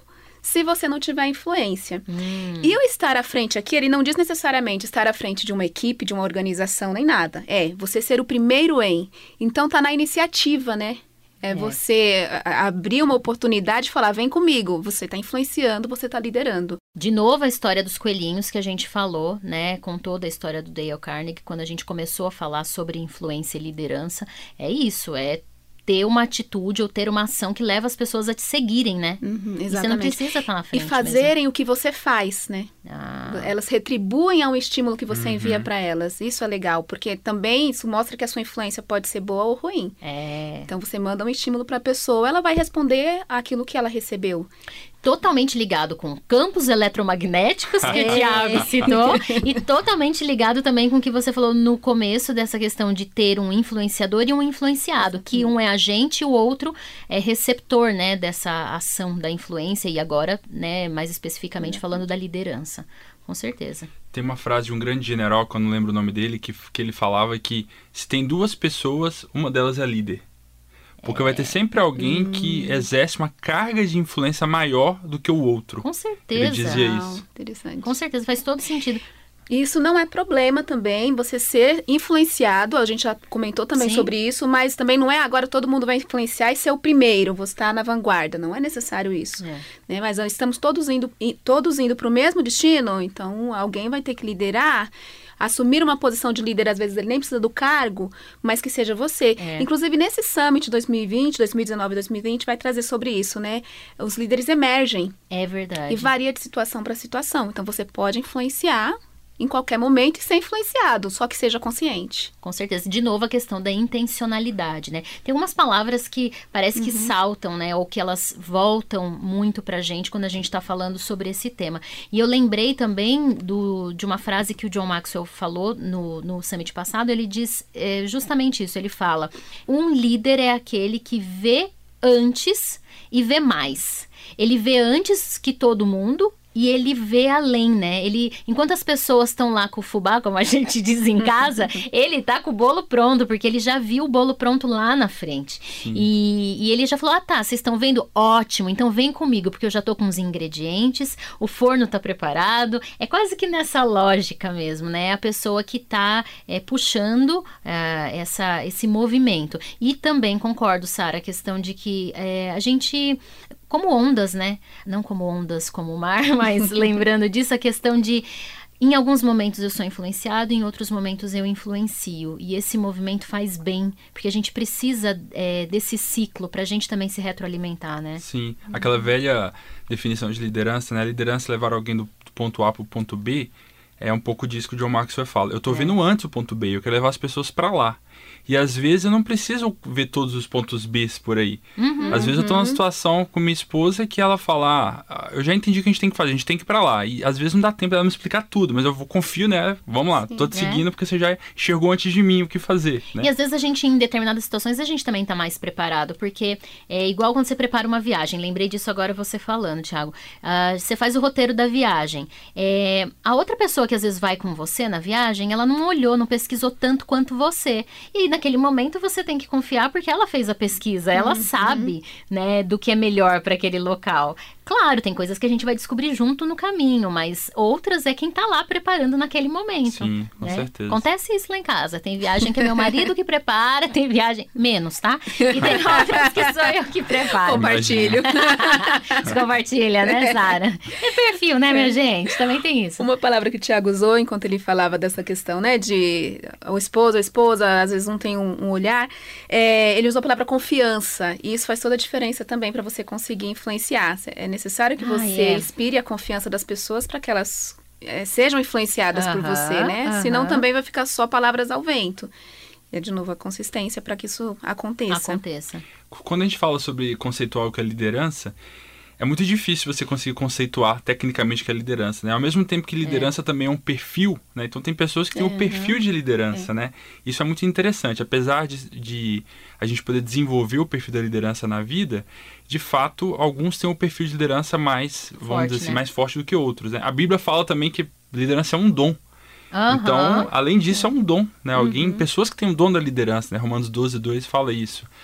se você não tiver influência. Hum. E o estar à frente aqui, ele não diz necessariamente estar à frente de uma equipe, de uma organização, nem nada. É você ser o primeiro em. Então tá na iniciativa, né? É, é. Você abrir uma oportunidade e falar, vem comigo. Você está influenciando, você está liderando. De novo, a história dos coelhinhos que a gente falou, né? Com toda a história do Dale Carnegie, quando a gente começou a falar sobre influência e liderança. É isso, é ter uma atitude ou ter uma ação que leva as pessoas a te seguirem, né? Uhum, exatamente. E você não precisa estar na frente E fazerem mesmo. O que você faz, né? Ah. Elas retribuem ao estímulo que você Uhum. envia para elas. Isso é legal, porque também isso mostra que a sua influência pode ser boa ou ruim. É. Então, você manda um estímulo para a pessoa, ela vai responder àquilo que ela recebeu. Totalmente ligado com campos eletromagnéticos, que É. o Thiago citou, e totalmente ligado também com o que você falou no começo dessa questão de ter um influenciador e um influenciado, que um é agente e o outro é receptor, né, dessa ação da influência e agora, né, mais especificamente falando da liderança. Com certeza. Tem uma frase de um grande general, que eu não lembro o nome dele, que, que ele falava que se tem duas pessoas, uma delas é líder. Porque vai ter sempre alguém hum. que exerce uma carga de influência maior do que o outro. Com certeza. Ele dizia isso. Interessante. Com certeza, faz todo sentido. Isso não é problema também, você ser influenciado, a gente já comentou também Sim. sobre isso, mas também não é agora todo mundo vai influenciar e ser o primeiro, você está na vanguarda, não é necessário isso. É. Né? Mas estamos todos indo, todos indo para o mesmo destino, então alguém vai ter que liderar. Assumir uma posição de líder, às vezes ele nem precisa do cargo, mas que seja você. É. Inclusive, nesse Summit dois mil e vinte, dois mil e dezenove e dois mil e vinte, vai trazer sobre isso, né? Os líderes emergem. É verdade. E varia de situação para situação. Então, você pode influenciar em qualquer momento e ser influenciado, só que seja consciente. Com certeza. De novo, a questão da intencionalidade, né? Tem algumas palavras que parece que uhum. saltam, né? Ou que elas voltam muito pra gente quando a gente tá falando sobre esse tema. E eu lembrei também do, de uma frase que o John Maxwell falou no, no Summit passado. Ele diz é, justamente isso. Ele fala, um líder é aquele que vê antes e vê mais. Ele vê antes que todo mundo e ele vê além, né? Ele, enquanto as pessoas estão lá com o fubá, como a gente diz em casa, ele tá com o bolo pronto, porque ele já viu o bolo pronto lá na frente. E, e ele já falou, ah tá, vocês estão vendo? Ótimo, então vem comigo, porque eu já tô com os ingredientes, o forno tá preparado. É quase que nessa lógica mesmo, né? A pessoa que tá é, puxando uh, essa, esse movimento. E também concordo, Sara, a questão de que é, a gente... Como ondas, né? Não como ondas como o mar, mas lembrando disso, a questão de... Em alguns momentos eu sou influenciado, em outros momentos eu influencio. E esse movimento faz bem, porque a gente precisa é, desse ciclo para a gente também se retroalimentar, né? Sim, aquela velha definição de liderança, né? Liderança é levar alguém do ponto A para o ponto B, é um pouco disso que o John Maxwell fala. Eu estou é. vendo antes o ponto B, eu quero levar as pessoas para lá. E às vezes eu não preciso ver todos os pontos B por aí. Uhum, às vezes eu tô numa situação com minha esposa que ela fala, ah, eu já entendi o que a gente tem que fazer, a gente tem que ir pra lá. E às vezes não dá tempo dela me explicar tudo, mas eu vou, confio, né? Vamos lá, Sim, tô te seguindo é. porque você já enxergou antes de mim o que fazer. Né? E às vezes a gente, em determinadas situações, a gente também tá mais preparado, porque é igual quando você prepara uma viagem. Lembrei disso agora você falando, Thiago. Uh, você faz o roteiro da viagem. É, a outra pessoa que às vezes vai com você na viagem, ela não olhou, não pesquisou tanto quanto você. E aí, naquele momento, você tem que confiar porque ela fez a pesquisa, ela uhum. sabe, né, do que é melhor para aquele local. Claro, tem coisas que a gente vai descobrir junto no caminho, mas outras é quem tá lá preparando naquele momento. Sim, com né? certeza. Acontece isso lá em casa. Tem viagem que é meu marido que prepara, tem viagem... Menos, tá? E tem outras que sou eu que preparo. Compartilho. Você compartilha, né, Sara? É perfil, né, minha gente? Também tem isso. Uma palavra que o Thiago usou enquanto ele falava dessa questão, né, de o esposo, a esposa, às vezes um tem um, um olhar, é, ele usou a palavra confiança, e isso faz toda a diferença também para você conseguir influenciar. É necessário que ah, você é. inspire a confiança das pessoas para que elas é, sejam influenciadas uh-huh, por você, né? Uh-huh. Senão também vai ficar só palavras ao vento. E, de novo, a consistência para que isso aconteça. Aconteça. Quando a gente fala sobre conceituar o que é liderança, é muito difícil você conseguir conceituar tecnicamente o que é liderança, né? Ao mesmo tempo que liderança é. também é um perfil, né? Então tem pessoas que têm um perfil de liderança, é. né? Isso é muito interessante. Apesar de, de a gente poder desenvolver o perfil da liderança na vida, de fato, alguns têm um perfil de liderança mais, vamos forte, dizer assim, né? mais forte do que outros, né? A Bíblia fala também que liderança é um dom. Uhum. Então, além disso, é um dom, né? Alguém, uhum. pessoas que têm um dom da liderança, né? Romanos doze, dois fala isso.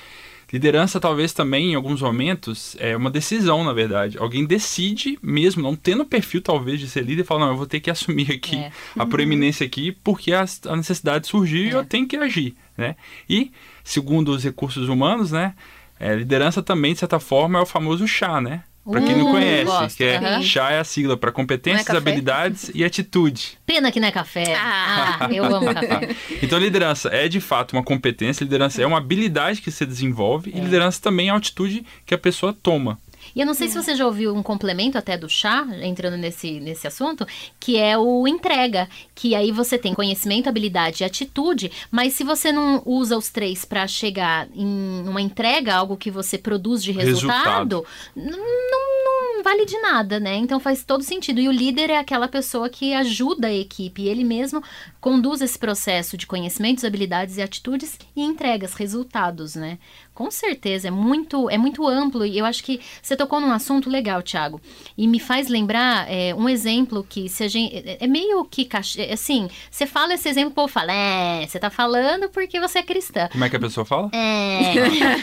Liderança, talvez também, em alguns momentos, é uma decisão, na verdade. Alguém decide mesmo, não tendo perfil, talvez, de ser líder, e fala, não, eu vou ter que assumir aqui É. a proeminência aqui, porque a, a necessidade surgiu e É. eu tenho que agir, né? E, segundo os recursos humanos, né, é, liderança também, de certa forma, é o famoso chá, né? Para quem não Uh, conhece, gosto, que é aham. chá é a sigla para competências, Não é café? habilidades e atitude. Pena que não é café. Ah, eu amo café. Então, liderança é de fato uma competência, liderança é uma habilidade que você desenvolve, e liderança também é a atitude que a pessoa toma. E eu não sei se você já ouviu um complemento até do chá, entrando nesse, nesse assunto, que é o entrega, que aí você tem conhecimento, habilidade e atitude, mas se você não usa os três para chegar em uma entrega, algo que você produz de resultado, Resultado. n- não, não vale de nada, né? Então faz todo sentido. E o líder é aquela pessoa que ajuda a equipe, e ele mesmo conduz esse processo de conhecimentos, habilidades e atitudes e entrega os resultados, né? Com certeza, é muito, é muito amplo, e eu acho que você tocou num assunto legal, Thiago, e me faz lembrar é, um exemplo que se a gente, é, é meio que, cach- é, assim, você fala esse exemplo, o povo fala, é, você tá falando porque você é cristã. Como é que a pessoa fala? É,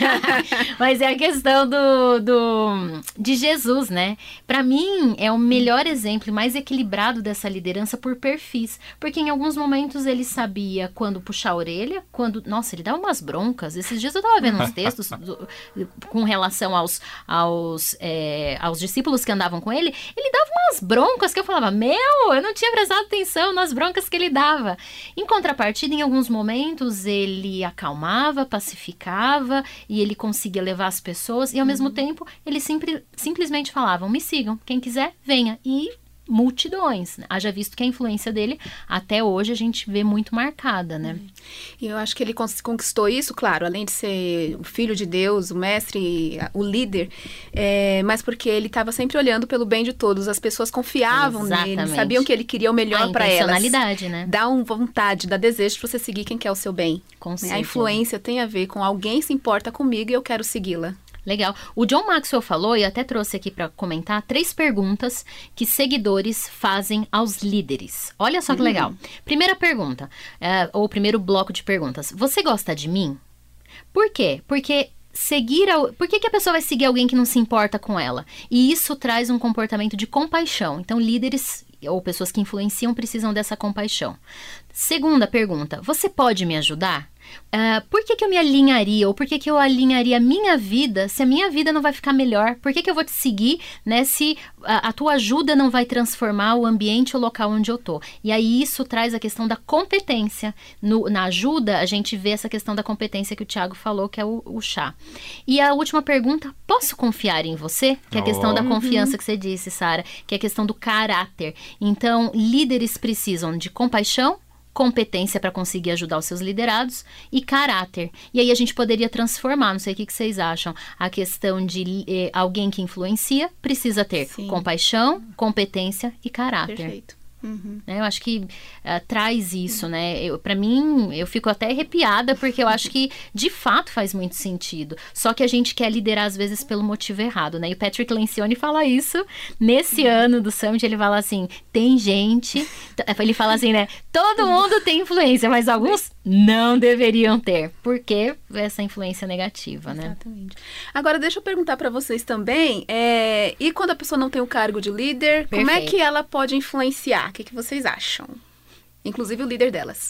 mas é a questão do, do de Jesus, né? Pra mim, é o melhor exemplo e mais equilibrado dessa liderança por perfis. Porque em alguns momentos ele sabia quando puxar a orelha, quando... Nossa, ele dava umas broncas. Esses dias eu tava vendo uns textos do- com relação aos, aos, é, aos discípulos que andavam com ele. Ele dava umas broncas que eu falava, meu, eu não tinha prestado atenção nas broncas que ele dava. Em contrapartida, em alguns momentos, ele acalmava, pacificava e ele conseguia levar as pessoas. E ao mesmo tempo, ele simpli- simplesmente falava, me sigam, quem quiser, venha. E multidões, né? Haja visto que a influência dele, até hoje, a gente vê muito marcada, né? E eu acho que ele cons- conquistou isso, claro, além de ser o filho de Deus, o mestre, a- o líder, é, mas porque ele estava sempre olhando pelo bem de todos. As pessoas confiavam nele, Exatamente. sabiam que ele queria o melhor A para elas. intencionalidade, né? Dá um vontade, dá desejo para você seguir quem quer o seu bem. Com Né? certeza. A influência tem a ver com alguém se importa comigo e eu quero segui-la. Legal. O John Maxwell falou, e até trouxe aqui para comentar, três perguntas que seguidores fazem aos líderes. Olha só que legal. Primeira pergunta, é, ou primeiro bloco de perguntas. Você gosta de mim? Por quê? Porque seguir... Ao... Por que, que a pessoa vai seguir alguém que não se importa com ela? E isso traz um comportamento de compaixão. Então, líderes ou pessoas que influenciam precisam dessa compaixão. Segunda pergunta, você pode me ajudar? Uh, por que, que eu me alinharia, ou por que, que eu alinharia a minha vida se a minha vida não vai ficar melhor? Por que, que eu vou te seguir, né, se a, a tua ajuda não vai transformar o ambiente, o local onde eu tô? E aí isso traz a questão da competência. No, na ajuda, a gente vê essa questão da competência que o Thiago falou, que é o, o chá. E a última pergunta, posso confiar em você? Que é a questão Oh. da confiança que você disse, Sara, que é a questão do caráter. Então, líderes precisam de compaixão, competência para conseguir ajudar os seus liderados e caráter. E aí a gente poderia transformar, não sei o que, que vocês acham, a questão de eh, alguém que influencia precisa ter Sim. compaixão, competência e caráter. Perfeito. Uhum. Né? Eu acho que uh, traz isso, né? Eu, pra mim, eu fico até arrepiada, porque eu acho que, de fato, faz muito sentido. Só que a gente quer liderar, às vezes, pelo motivo errado, né? E o Patrick Lencioni fala isso. Nesse ano do Summit, ele fala assim, tem gente... Ele fala assim, né? Todo mundo tem influência, mas alguns não deveriam ter. Por que essa influência negativa, né? Exatamente. Agora, deixa eu perguntar para vocês também, é, e quando a pessoa não tem o cargo de líder, como é Perfeito. que ela pode influenciar? O que, que vocês acham? Inclusive o líder delas.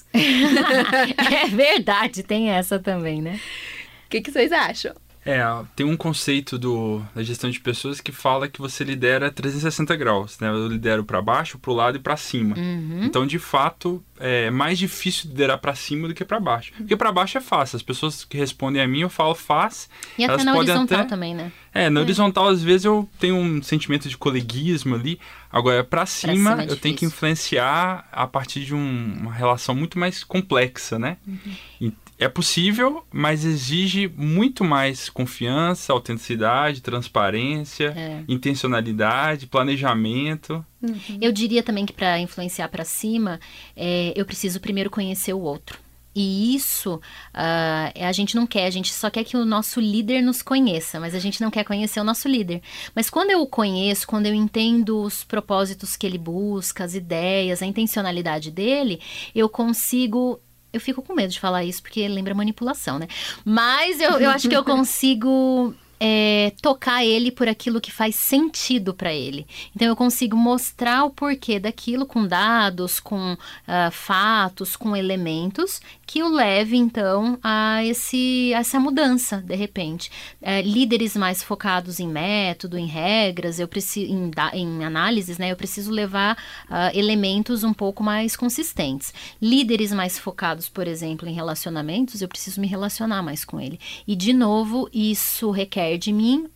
É verdade, tem essa também, né? O que, que vocês acham? É, tem um conceito do, da gestão de pessoas que fala que você lidera trezentos e sessenta graus, né? Eu lidero para baixo, para o lado e para cima. Uhum. Então, de fato, é mais difícil liderar para cima do que para baixo. Porque para baixo é fácil. As pessoas que respondem a mim, eu falo faz. E até elas na podem horizontal até... também, né? É, na horizontal, às vezes, eu tenho um sentimento de coleguismo ali. Agora, para cima, cima é eu tenho que difícil. influenciar a partir de um- uma relação muito mais complexa, né? E é possível, mas exige muito mais confiança, autenticidade, transparência, É. intencionalidade, planejamento. Eu diria também que para influenciar para cima, é, eu preciso primeiro conhecer o outro. E isso ah, a gente não quer, a gente só quer que o nosso líder nos conheça, mas a gente não quer conhecer o nosso líder. Mas quando eu o conheço, quando eu entendo os propósitos que ele busca, as ideias, a intencionalidade dele, eu consigo Eu fico com medo de falar isso, porque lembra manipulação, né? Mas eu, eu acho que eu consigo... É, tocar ele por aquilo que faz sentido para ele. Então eu consigo mostrar o porquê daquilo com dados, com uh, fatos, com elementos que o leve então a, esse, a essa mudança de repente. É, líderes mais focados em método, em regras, eu preciso, em, em análises, né? Eu preciso levar uh, elementos um pouco mais consistentes. Líderes mais focados, por exemplo, em relacionamentos, eu preciso me relacionar mais com ele. E de novo, isso requer de mim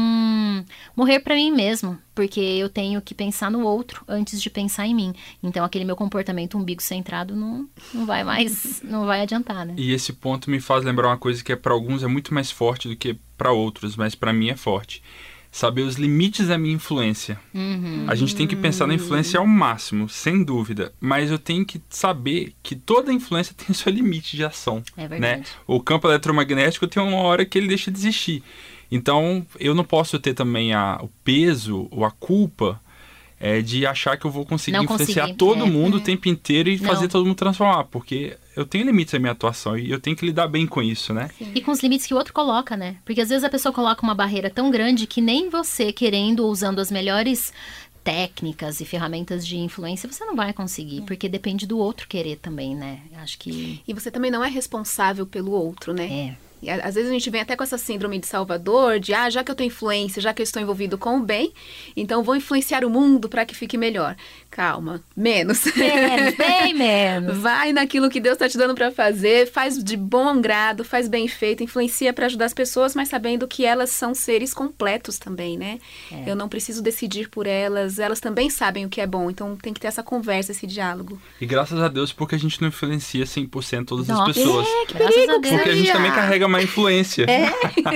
um morrer para mim mesmo, porque eu tenho que pensar no outro antes de pensar em mim. Então aquele meu comportamento umbigo centrado não, não vai mais, não vai adiantar, né? E esse ponto me faz lembrar uma coisa que é para alguns é muito mais forte do que para outros, mas para mim é forte. Saber os limites da minha influência. Uhum. A gente tem que pensar na influência ao máximo, sem dúvida. Mas eu tenho que saber que toda influência tem seu limite de ação. É verdade. Né? O campo eletromagnético tem uma hora que ele deixa de existir. Então, eu não posso ter também a, o peso ou a culpa é, de achar que eu vou conseguir não influenciar consegui. todo é. mundo é. o tempo inteiro e não. fazer todo mundo transformar. Porque eu tenho limites na minha atuação e eu tenho que lidar bem com isso, né? Sim. E com os limites que o outro coloca, né? Porque às vezes a pessoa coloca uma barreira tão grande que nem você, querendo ou usando as melhores técnicas e ferramentas de influência, você não vai conseguir, porque depende do outro querer também, né? Acho que... E você também não é responsável pelo outro, né? É. E às vezes a gente vem até com essa síndrome de Salvador, de ah, já que eu tenho influência, já que eu estou envolvido com o bem, então vou influenciar o mundo para que fique melhor. Calma, menos. Menos, bem menos. Vai naquilo que Deus está te dando para fazer, faz de bom grado, faz bem feito, influencia para ajudar as pessoas, mas sabendo que elas são seres completos também, né? É. Eu não preciso decidir por elas, elas também sabem o que é bom, então tem que ter essa conversa, esse diálogo. E graças a Deus, porque a gente não influencia cem por cento todas Nossa. as pessoas. É, que Graças perigo, a Deus. Porque a gente também carrega uma influência. É.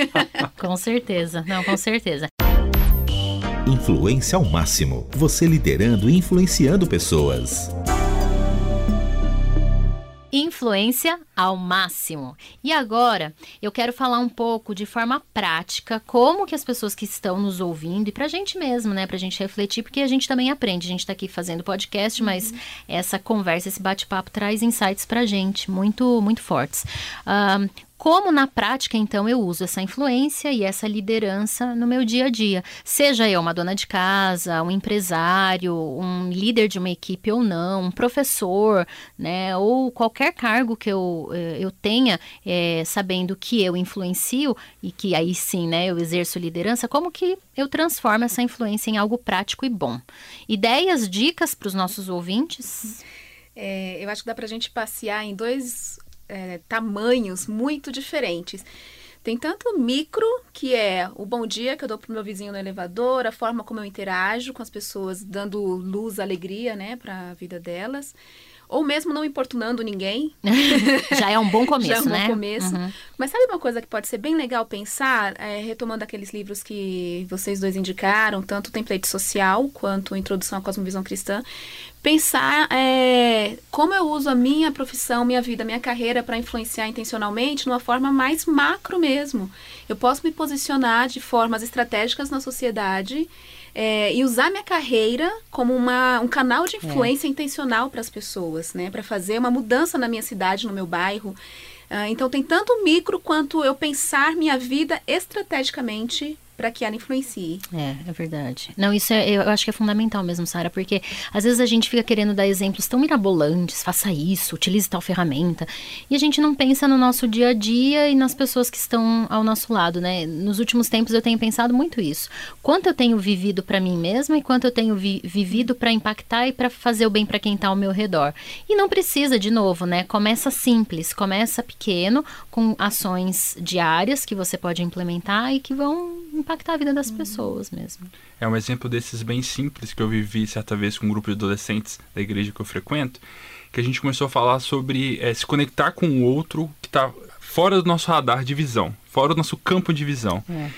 Com certeza, não, com certeza. Influência ao máximo. Você liderando e influenciando pessoas. Influência ao máximo. E agora, eu quero falar um pouco de forma prática como que as pessoas que estão nos ouvindo e pra gente mesmo, né, pra gente refletir, porque a gente também aprende, a gente tá aqui fazendo podcast, mas uhum. essa conversa, esse bate-papo traz insights pra gente, muito, muito fortes. Um, Como na prática, então, eu uso essa influência e essa liderança no meu dia a dia? Seja eu uma dona de casa, um empresário, um líder de uma equipe ou não, um professor, né? Ou qualquer cargo que eu, eu tenha, é, sabendo que eu influencio e que aí sim, né, eu exerço liderança, como que eu transformo essa influência em algo prático e bom? Ideias, dicas para os nossos ouvintes? É, eu acho que dá para a gente passear em dois... É, tamanhos muito diferentes. Tem tanto o micro, que é o bom dia que eu dou pro meu vizinho no elevador, a forma como eu interajo com as pessoas, dando luz, alegria, né, para a vida delas. Ou mesmo não importunando ninguém. Já é um bom começo, Já é um né? bom começo. Uhum. Mas sabe uma coisa que pode ser bem legal pensar? É, retomando aqueles livros que vocês dois indicaram, tanto o Template Social quanto Introdução à Cosmovisão Cristã. Pensar é, como eu uso a minha profissão, minha vida, minha carreira para influenciar intencionalmente de uma forma mais macro mesmo. Eu posso me posicionar de formas estratégicas na sociedade é, e usar minha carreira como uma, um canal de influência é. intencional para as pessoas, né? Para fazer uma mudança na minha cidade, no meu bairro. Uh, então tem tanto micro quanto eu pensar minha vida estrategicamente para que ela influencie. É, é verdade. Não, isso é, eu acho que é fundamental mesmo, Sara, porque às vezes a gente fica querendo dar exemplos tão mirabolantes, faça isso, utilize tal ferramenta, e a gente não pensa no nosso dia a dia e nas pessoas que estão ao nosso lado, né? Nos últimos tempos eu tenho pensado muito isso. Quanto eu tenho vivido para mim mesma e quanto eu tenho vi- vivido para impactar e para fazer o bem para quem está ao meu redor. E não precisa, de novo, né? Começa simples, começa pequeno, com ações diárias que você pode implementar e que vão impactar a vida das pessoas mesmo. É um exemplo desses bem simples que eu vivi certa vez com um grupo de adolescentes da igreja que eu frequento, que a gente começou a falar sobre é, se conectar com o outro que está fora do nosso radar de visão, fora do nosso campo de visão. É.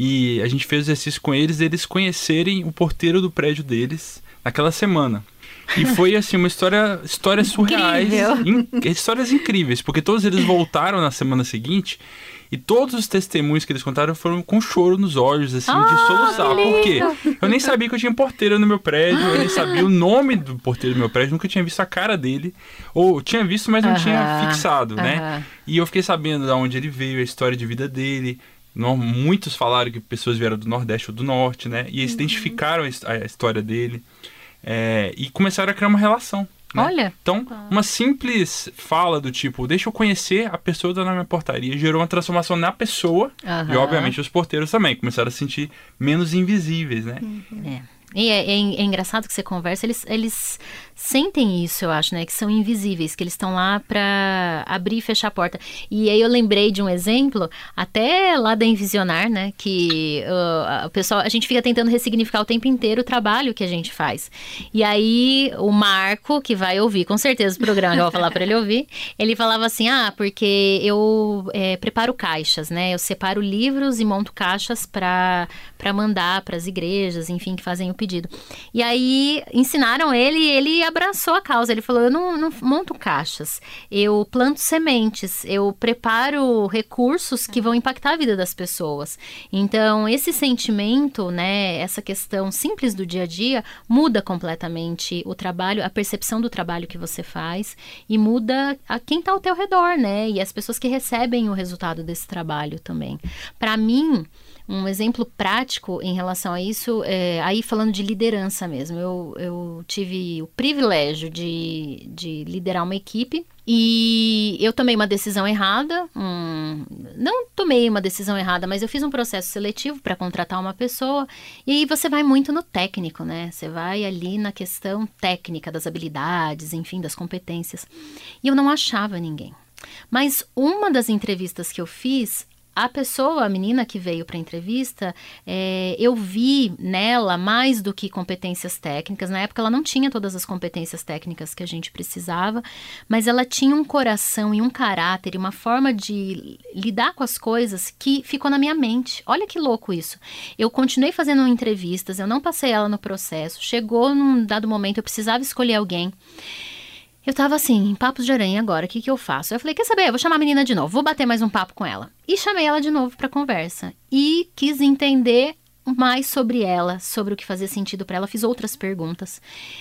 E a gente fez exercício com eles, eles conhecerem o porteiro do prédio deles naquela semana. E foi assim, uma história, histórias surreais, in, histórias incríveis, porque todos eles voltaram na semana seguinte E todos os testemunhos que eles contaram foram com choro nos olhos, assim, Ah, de soluçar. que Por quê? lindo! Eu nem sabia que eu tinha porteiro no meu prédio, eu nem sabia o nome do porteiro do meu prédio, nunca tinha visto a cara dele. Ou tinha visto, mas não Aham, tinha fixado, né? aham. E eu fiquei sabendo de onde ele veio, a história de vida dele. No- Muitos falaram que pessoas vieram do Nordeste ou do Norte, né? E eles identificaram a his- a história dele. É, e começaram a criar uma relação. Né? Olha. Então, uma simples fala do tipo, deixa eu conhecer a pessoa da minha portaria, gerou uma transformação na pessoa. Aham. E, obviamente, os porteiros também começaram a se sentir menos invisíveis, né? É. E é, é, é engraçado que você conversa, eles, eles sentem isso, eu acho, né? Que são invisíveis, que eles estão lá pra abrir e fechar a porta. E aí eu lembrei de um exemplo, até lá da Invisionar, né? Que uh, o pessoal, a gente fica tentando ressignificar o tempo inteiro o trabalho que a gente faz. E aí o Marco, que vai ouvir, com certeza o programa que eu vou falar pra ele ouvir, ele falava assim, ah, porque eu é, preparo caixas, né? Eu separo livros e monto caixas pra, pra mandar pras igrejas, enfim, que fazem o pedido. E aí ensinaram ele e ele abraçou a causa. Ele falou, eu não, não monto caixas, eu planto sementes, eu preparo recursos que vão impactar a vida das pessoas. Então, esse sentimento, né, essa questão simples do dia a dia, muda completamente o trabalho, a percepção do trabalho que você faz e muda a quem está ao teu redor, né? E as pessoas que recebem o resultado desse trabalho também. Para mim, um exemplo prático em relação a isso, é, aí falando de liderança mesmo, eu, eu tive o privilégio de, de liderar uma equipe e eu tomei uma decisão errada, um, não tomei uma decisão errada, mas eu fiz um processo seletivo para contratar uma pessoa e aí você vai muito no técnico, né? Você vai ali na questão técnica das habilidades, enfim, das competências. E eu não achava ninguém. Mas uma das entrevistas que eu fiz, a pessoa, a menina que veio para a entrevista, é, eu vi nela mais do que competências técnicas. Na época ela não tinha todas as competências técnicas que a gente precisava, mas ela tinha um coração e um caráter e uma forma de lidar com as coisas que ficou na minha mente. Olha que louco isso. Eu continuei fazendo entrevistas, eu não passei ela no processo. Chegou num dado momento, eu precisava escolher alguém. Eu tava assim, em papos de aranha agora, o que que eu faço? Eu falei, quer saber, eu vou chamar a menina de novo, vou bater mais um papo com ela. E chamei ela de novo pra conversa. E quis entender mais sobre ela, sobre o que fazia sentido pra ela. Fiz outras perguntas.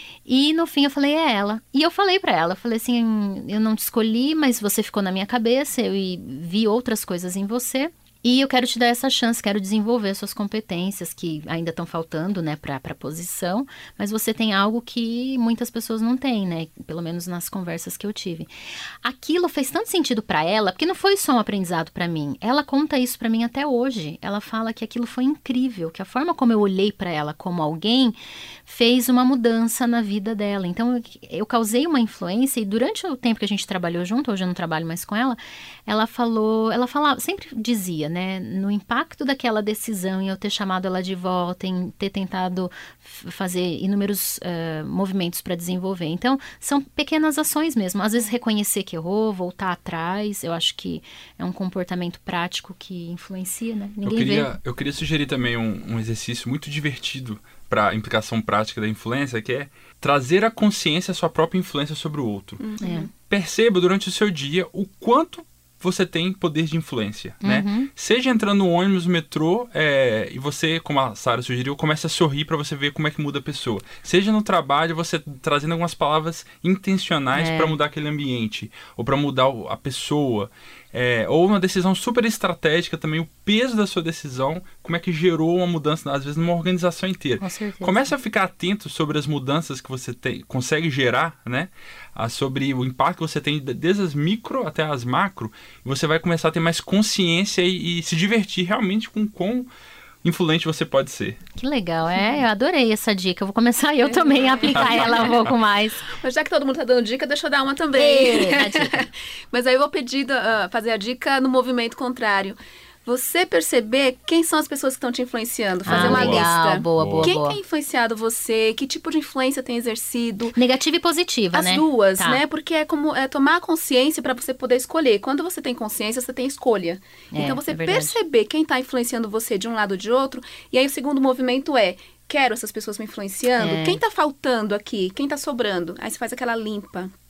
E no fim eu falei, é ela. E eu falei pra ela, eu falei assim, eu não te escolhi, mas você ficou na minha cabeça, eu vi outras coisas em você. E eu quero te dar essa chance, quero desenvolver suas competências que ainda estão faltando, né, para a posição, mas você tem algo que muitas pessoas não têm, né, pelo menos nas conversas que eu tive. Aquilo fez tanto sentido para ela, porque não foi só um aprendizado para mim. Ela conta isso para mim até hoje. Ela fala que aquilo foi incrível, que a forma como eu olhei para ela como alguém fez uma mudança na vida dela. Então eu, eu causei uma influência e durante o tempo que a gente trabalhou junto, hoje eu não trabalho mais com ela, ela falou, ela falava, sempre dizia, né, no impacto daquela decisão em eu ter chamado ela de volta, em ter tentado f- fazer inúmeros uh, movimentos para desenvolver. Então, são pequenas ações mesmo. Às vezes, reconhecer que errou, voltar atrás, eu acho que é um comportamento prático que influencia, né? Ninguém eu queria, vê. Eu queria sugerir também um, um exercício muito divertido para a implicação prática da influência, que é trazer à consciência a sua própria influência sobre o outro. Uhum. É. Perceba durante o seu dia o quanto você tem poder de influência, né? Uhum. Seja entrando no ônibus, no metrô, é, e você, como a Sara sugeriu, comece a sorrir para você ver como é que muda a pessoa. Seja no trabalho, você trazendo algumas palavras intencionais É. para mudar aquele ambiente, ou para mudar o- a pessoa. É, ou uma decisão super estratégica também, o peso da sua decisão, como é que gerou uma mudança, às vezes, numa organização inteira. Com certeza. Comece a ficar atento sobre as mudanças que você tem, consegue gerar, né? Ah, sobre o impacto que você tem desde as micro até as macro, e você vai começar a ter mais consciência e, e se divertir realmente com quão influente você pode ser. Que legal, é, eu adorei essa dica. Eu vou começar eu também a aplicar ela um pouco mais. Mas já que todo mundo tá dando dica, deixa eu dar uma também. Ei, dá dica. Mas aí eu vou pedir, uh, fazer a dica no movimento contrário. Você perceber quem são as pessoas que estão te influenciando. Fazer Ah, uma legal, lista. boa, boa, Quem boa. tem influenciado você? Que tipo de influência tem exercido? Negativa e positiva, As né? duas, Tá. né? Porque é como é tomar consciência para você poder escolher. Quando você tem consciência, você tem escolha. É, então, você é verdade. perceber quem está influenciando você de um lado ou de outro. E aí, o segundo movimento é... Quero essas pessoas me influenciando? É. Quem tá faltando aqui? Quem tá sobrando? Aí você faz aquela limpa.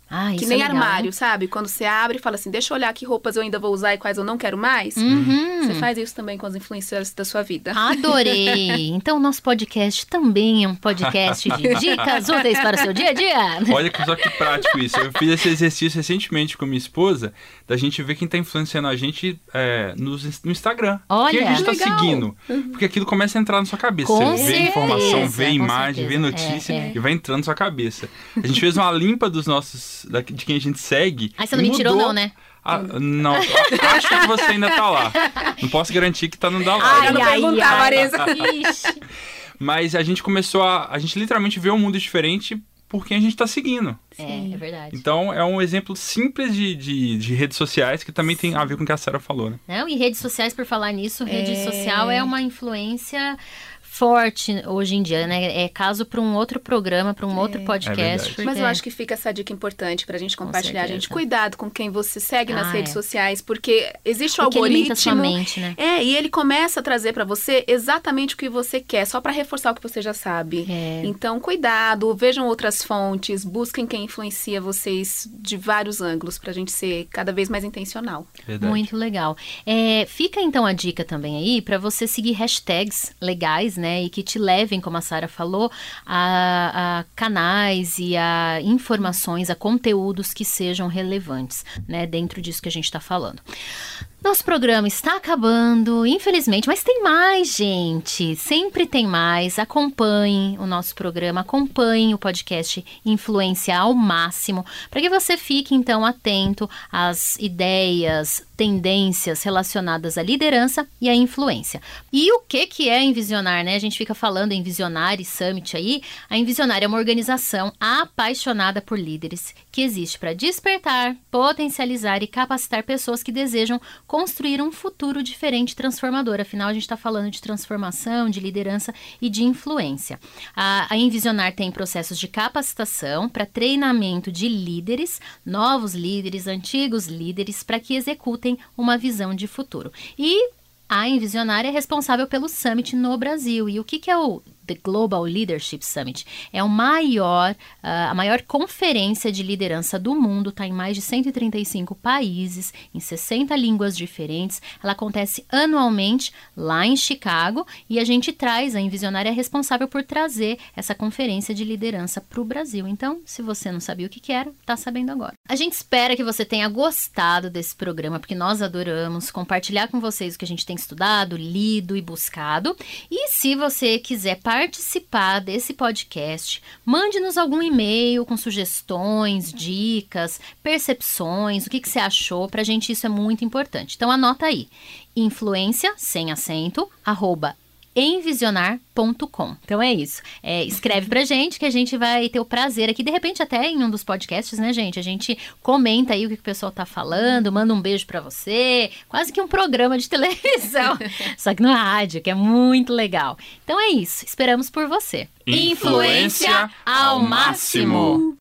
Ah, isso que nem é legal, armário, hein? sabe? Quando você abre e fala assim, deixa eu olhar que roupas eu ainda vou usar e quais eu não quero mais. Uhum. Você faz isso também com as influenciadores da sua vida. Adorei! Então, o nosso podcast também é um podcast de dicas úteis para o seu dia a dia. Olha que só que prático isso. Eu fiz esse exercício recentemente com minha esposa, da gente ver quem tá influenciando a gente é, no, no Instagram. Olha, quem a gente tá legal. seguindo. Porque aquilo começa a entrar na sua cabeça. Com Você vê certeza, informação, vê com imagem, vê certeza. notícia É, é. e vai entrando na sua cabeça. A gente fez uma limpa dos nossos, da- de quem a gente segue. Aí você não e me tirou mudou. não, né? Ah, não, acho que você ainda tá lá. Não posso garantir que tá no da Ai, live. não perguntar, Marisa. Ixi. Mas a gente começou a... A gente literalmente vê um mundo diferente por quem a gente tá seguindo. É, é verdade. Então, é um exemplo simples de, de, de redes sociais que também tem a ver com o que a Sarah falou, né? Não, e redes sociais, por falar nisso, rede É. social é uma influência forte hoje em dia, né? É caso para um outro programa, para um outro É podcast. verdade. porque- Mas eu acho que fica essa dica importante pra gente compartilhar. certeza. Gente, cuidado com quem você segue nas Ah, redes é. sociais, porque existe o o que alimenta a sua algoritmo. mente, né? É, e ele começa a trazer pra você exatamente o que você quer, só pra reforçar o que você já sabe. É. Então, cuidado, vejam outras fontes, busquem quem influencia vocês de vários ângulos pra gente ser cada vez mais intencional. Verdade. Muito legal. É, fica então a dica também aí para você seguir hashtags legais, né? E que te levem, como a Sarah falou, a, a canais e a informações, a conteúdos que sejam relevantes, né? Dentro disso que a gente está falando. Nosso programa está acabando, infelizmente, mas tem mais, gente. Sempre tem mais. Acompanhem o nosso programa, acompanhem o podcast Influência ao Máximo, para que você fique, então, atento às ideias, tendências relacionadas à liderança e à influência. E o que, que é Envisionar, né? A gente fica falando em Visionar e Summit aí. A Envisionar é uma organização apaixonada por líderes que existe para despertar, potencializar e capacitar pessoas que desejam construir um futuro diferente e transformador. Afinal, a gente está falando de transformação, de liderança e de influência. A, a Envisionar tem processos de capacitação para treinamento de líderes, novos líderes, antigos líderes, para que executem uma visão de futuro. E a Envisionar é responsável pelo Summit no Brasil. E o que, que é o The Global Leadership Summit? É o maior, uh, a maior conferência de liderança do mundo, está em mais de cento e trinta e cinco países, em sessenta línguas diferentes. Ela acontece anualmente lá em Chicago e a gente traz, a Envisionária é responsável por trazer essa conferência de liderança para o Brasil. Então, se você não sabia o que que era, está sabendo agora. A gente espera que você tenha gostado desse programa, porque nós adoramos compartilhar com vocês o que a gente tem estudado, lido e buscado. E se você quiser participar participar desse podcast, mande-nos algum e-mail com sugestões, dicas, percepções, o que, que você achou, pra gente isso é muito importante. Então anota aí, influência, sem acento, arroba envisionar ponto com. Então é isso. É, escreve pra gente que a gente vai ter o prazer aqui, de repente até em um dos podcasts, né, gente? A gente comenta aí o que, que o pessoal tá falando, manda um beijo pra você, quase que um programa de televisão, só que no rádio, que é muito legal. Então é isso. Esperamos por você. Influência ao máximo.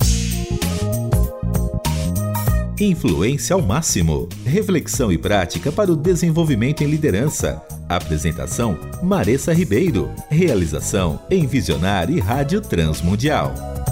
Influência ao Máximo. Reflexão e prática para o desenvolvimento em liderança. Apresentação: Maressa Ribeiro. Realização: Envisionar e Rádio Transmundial.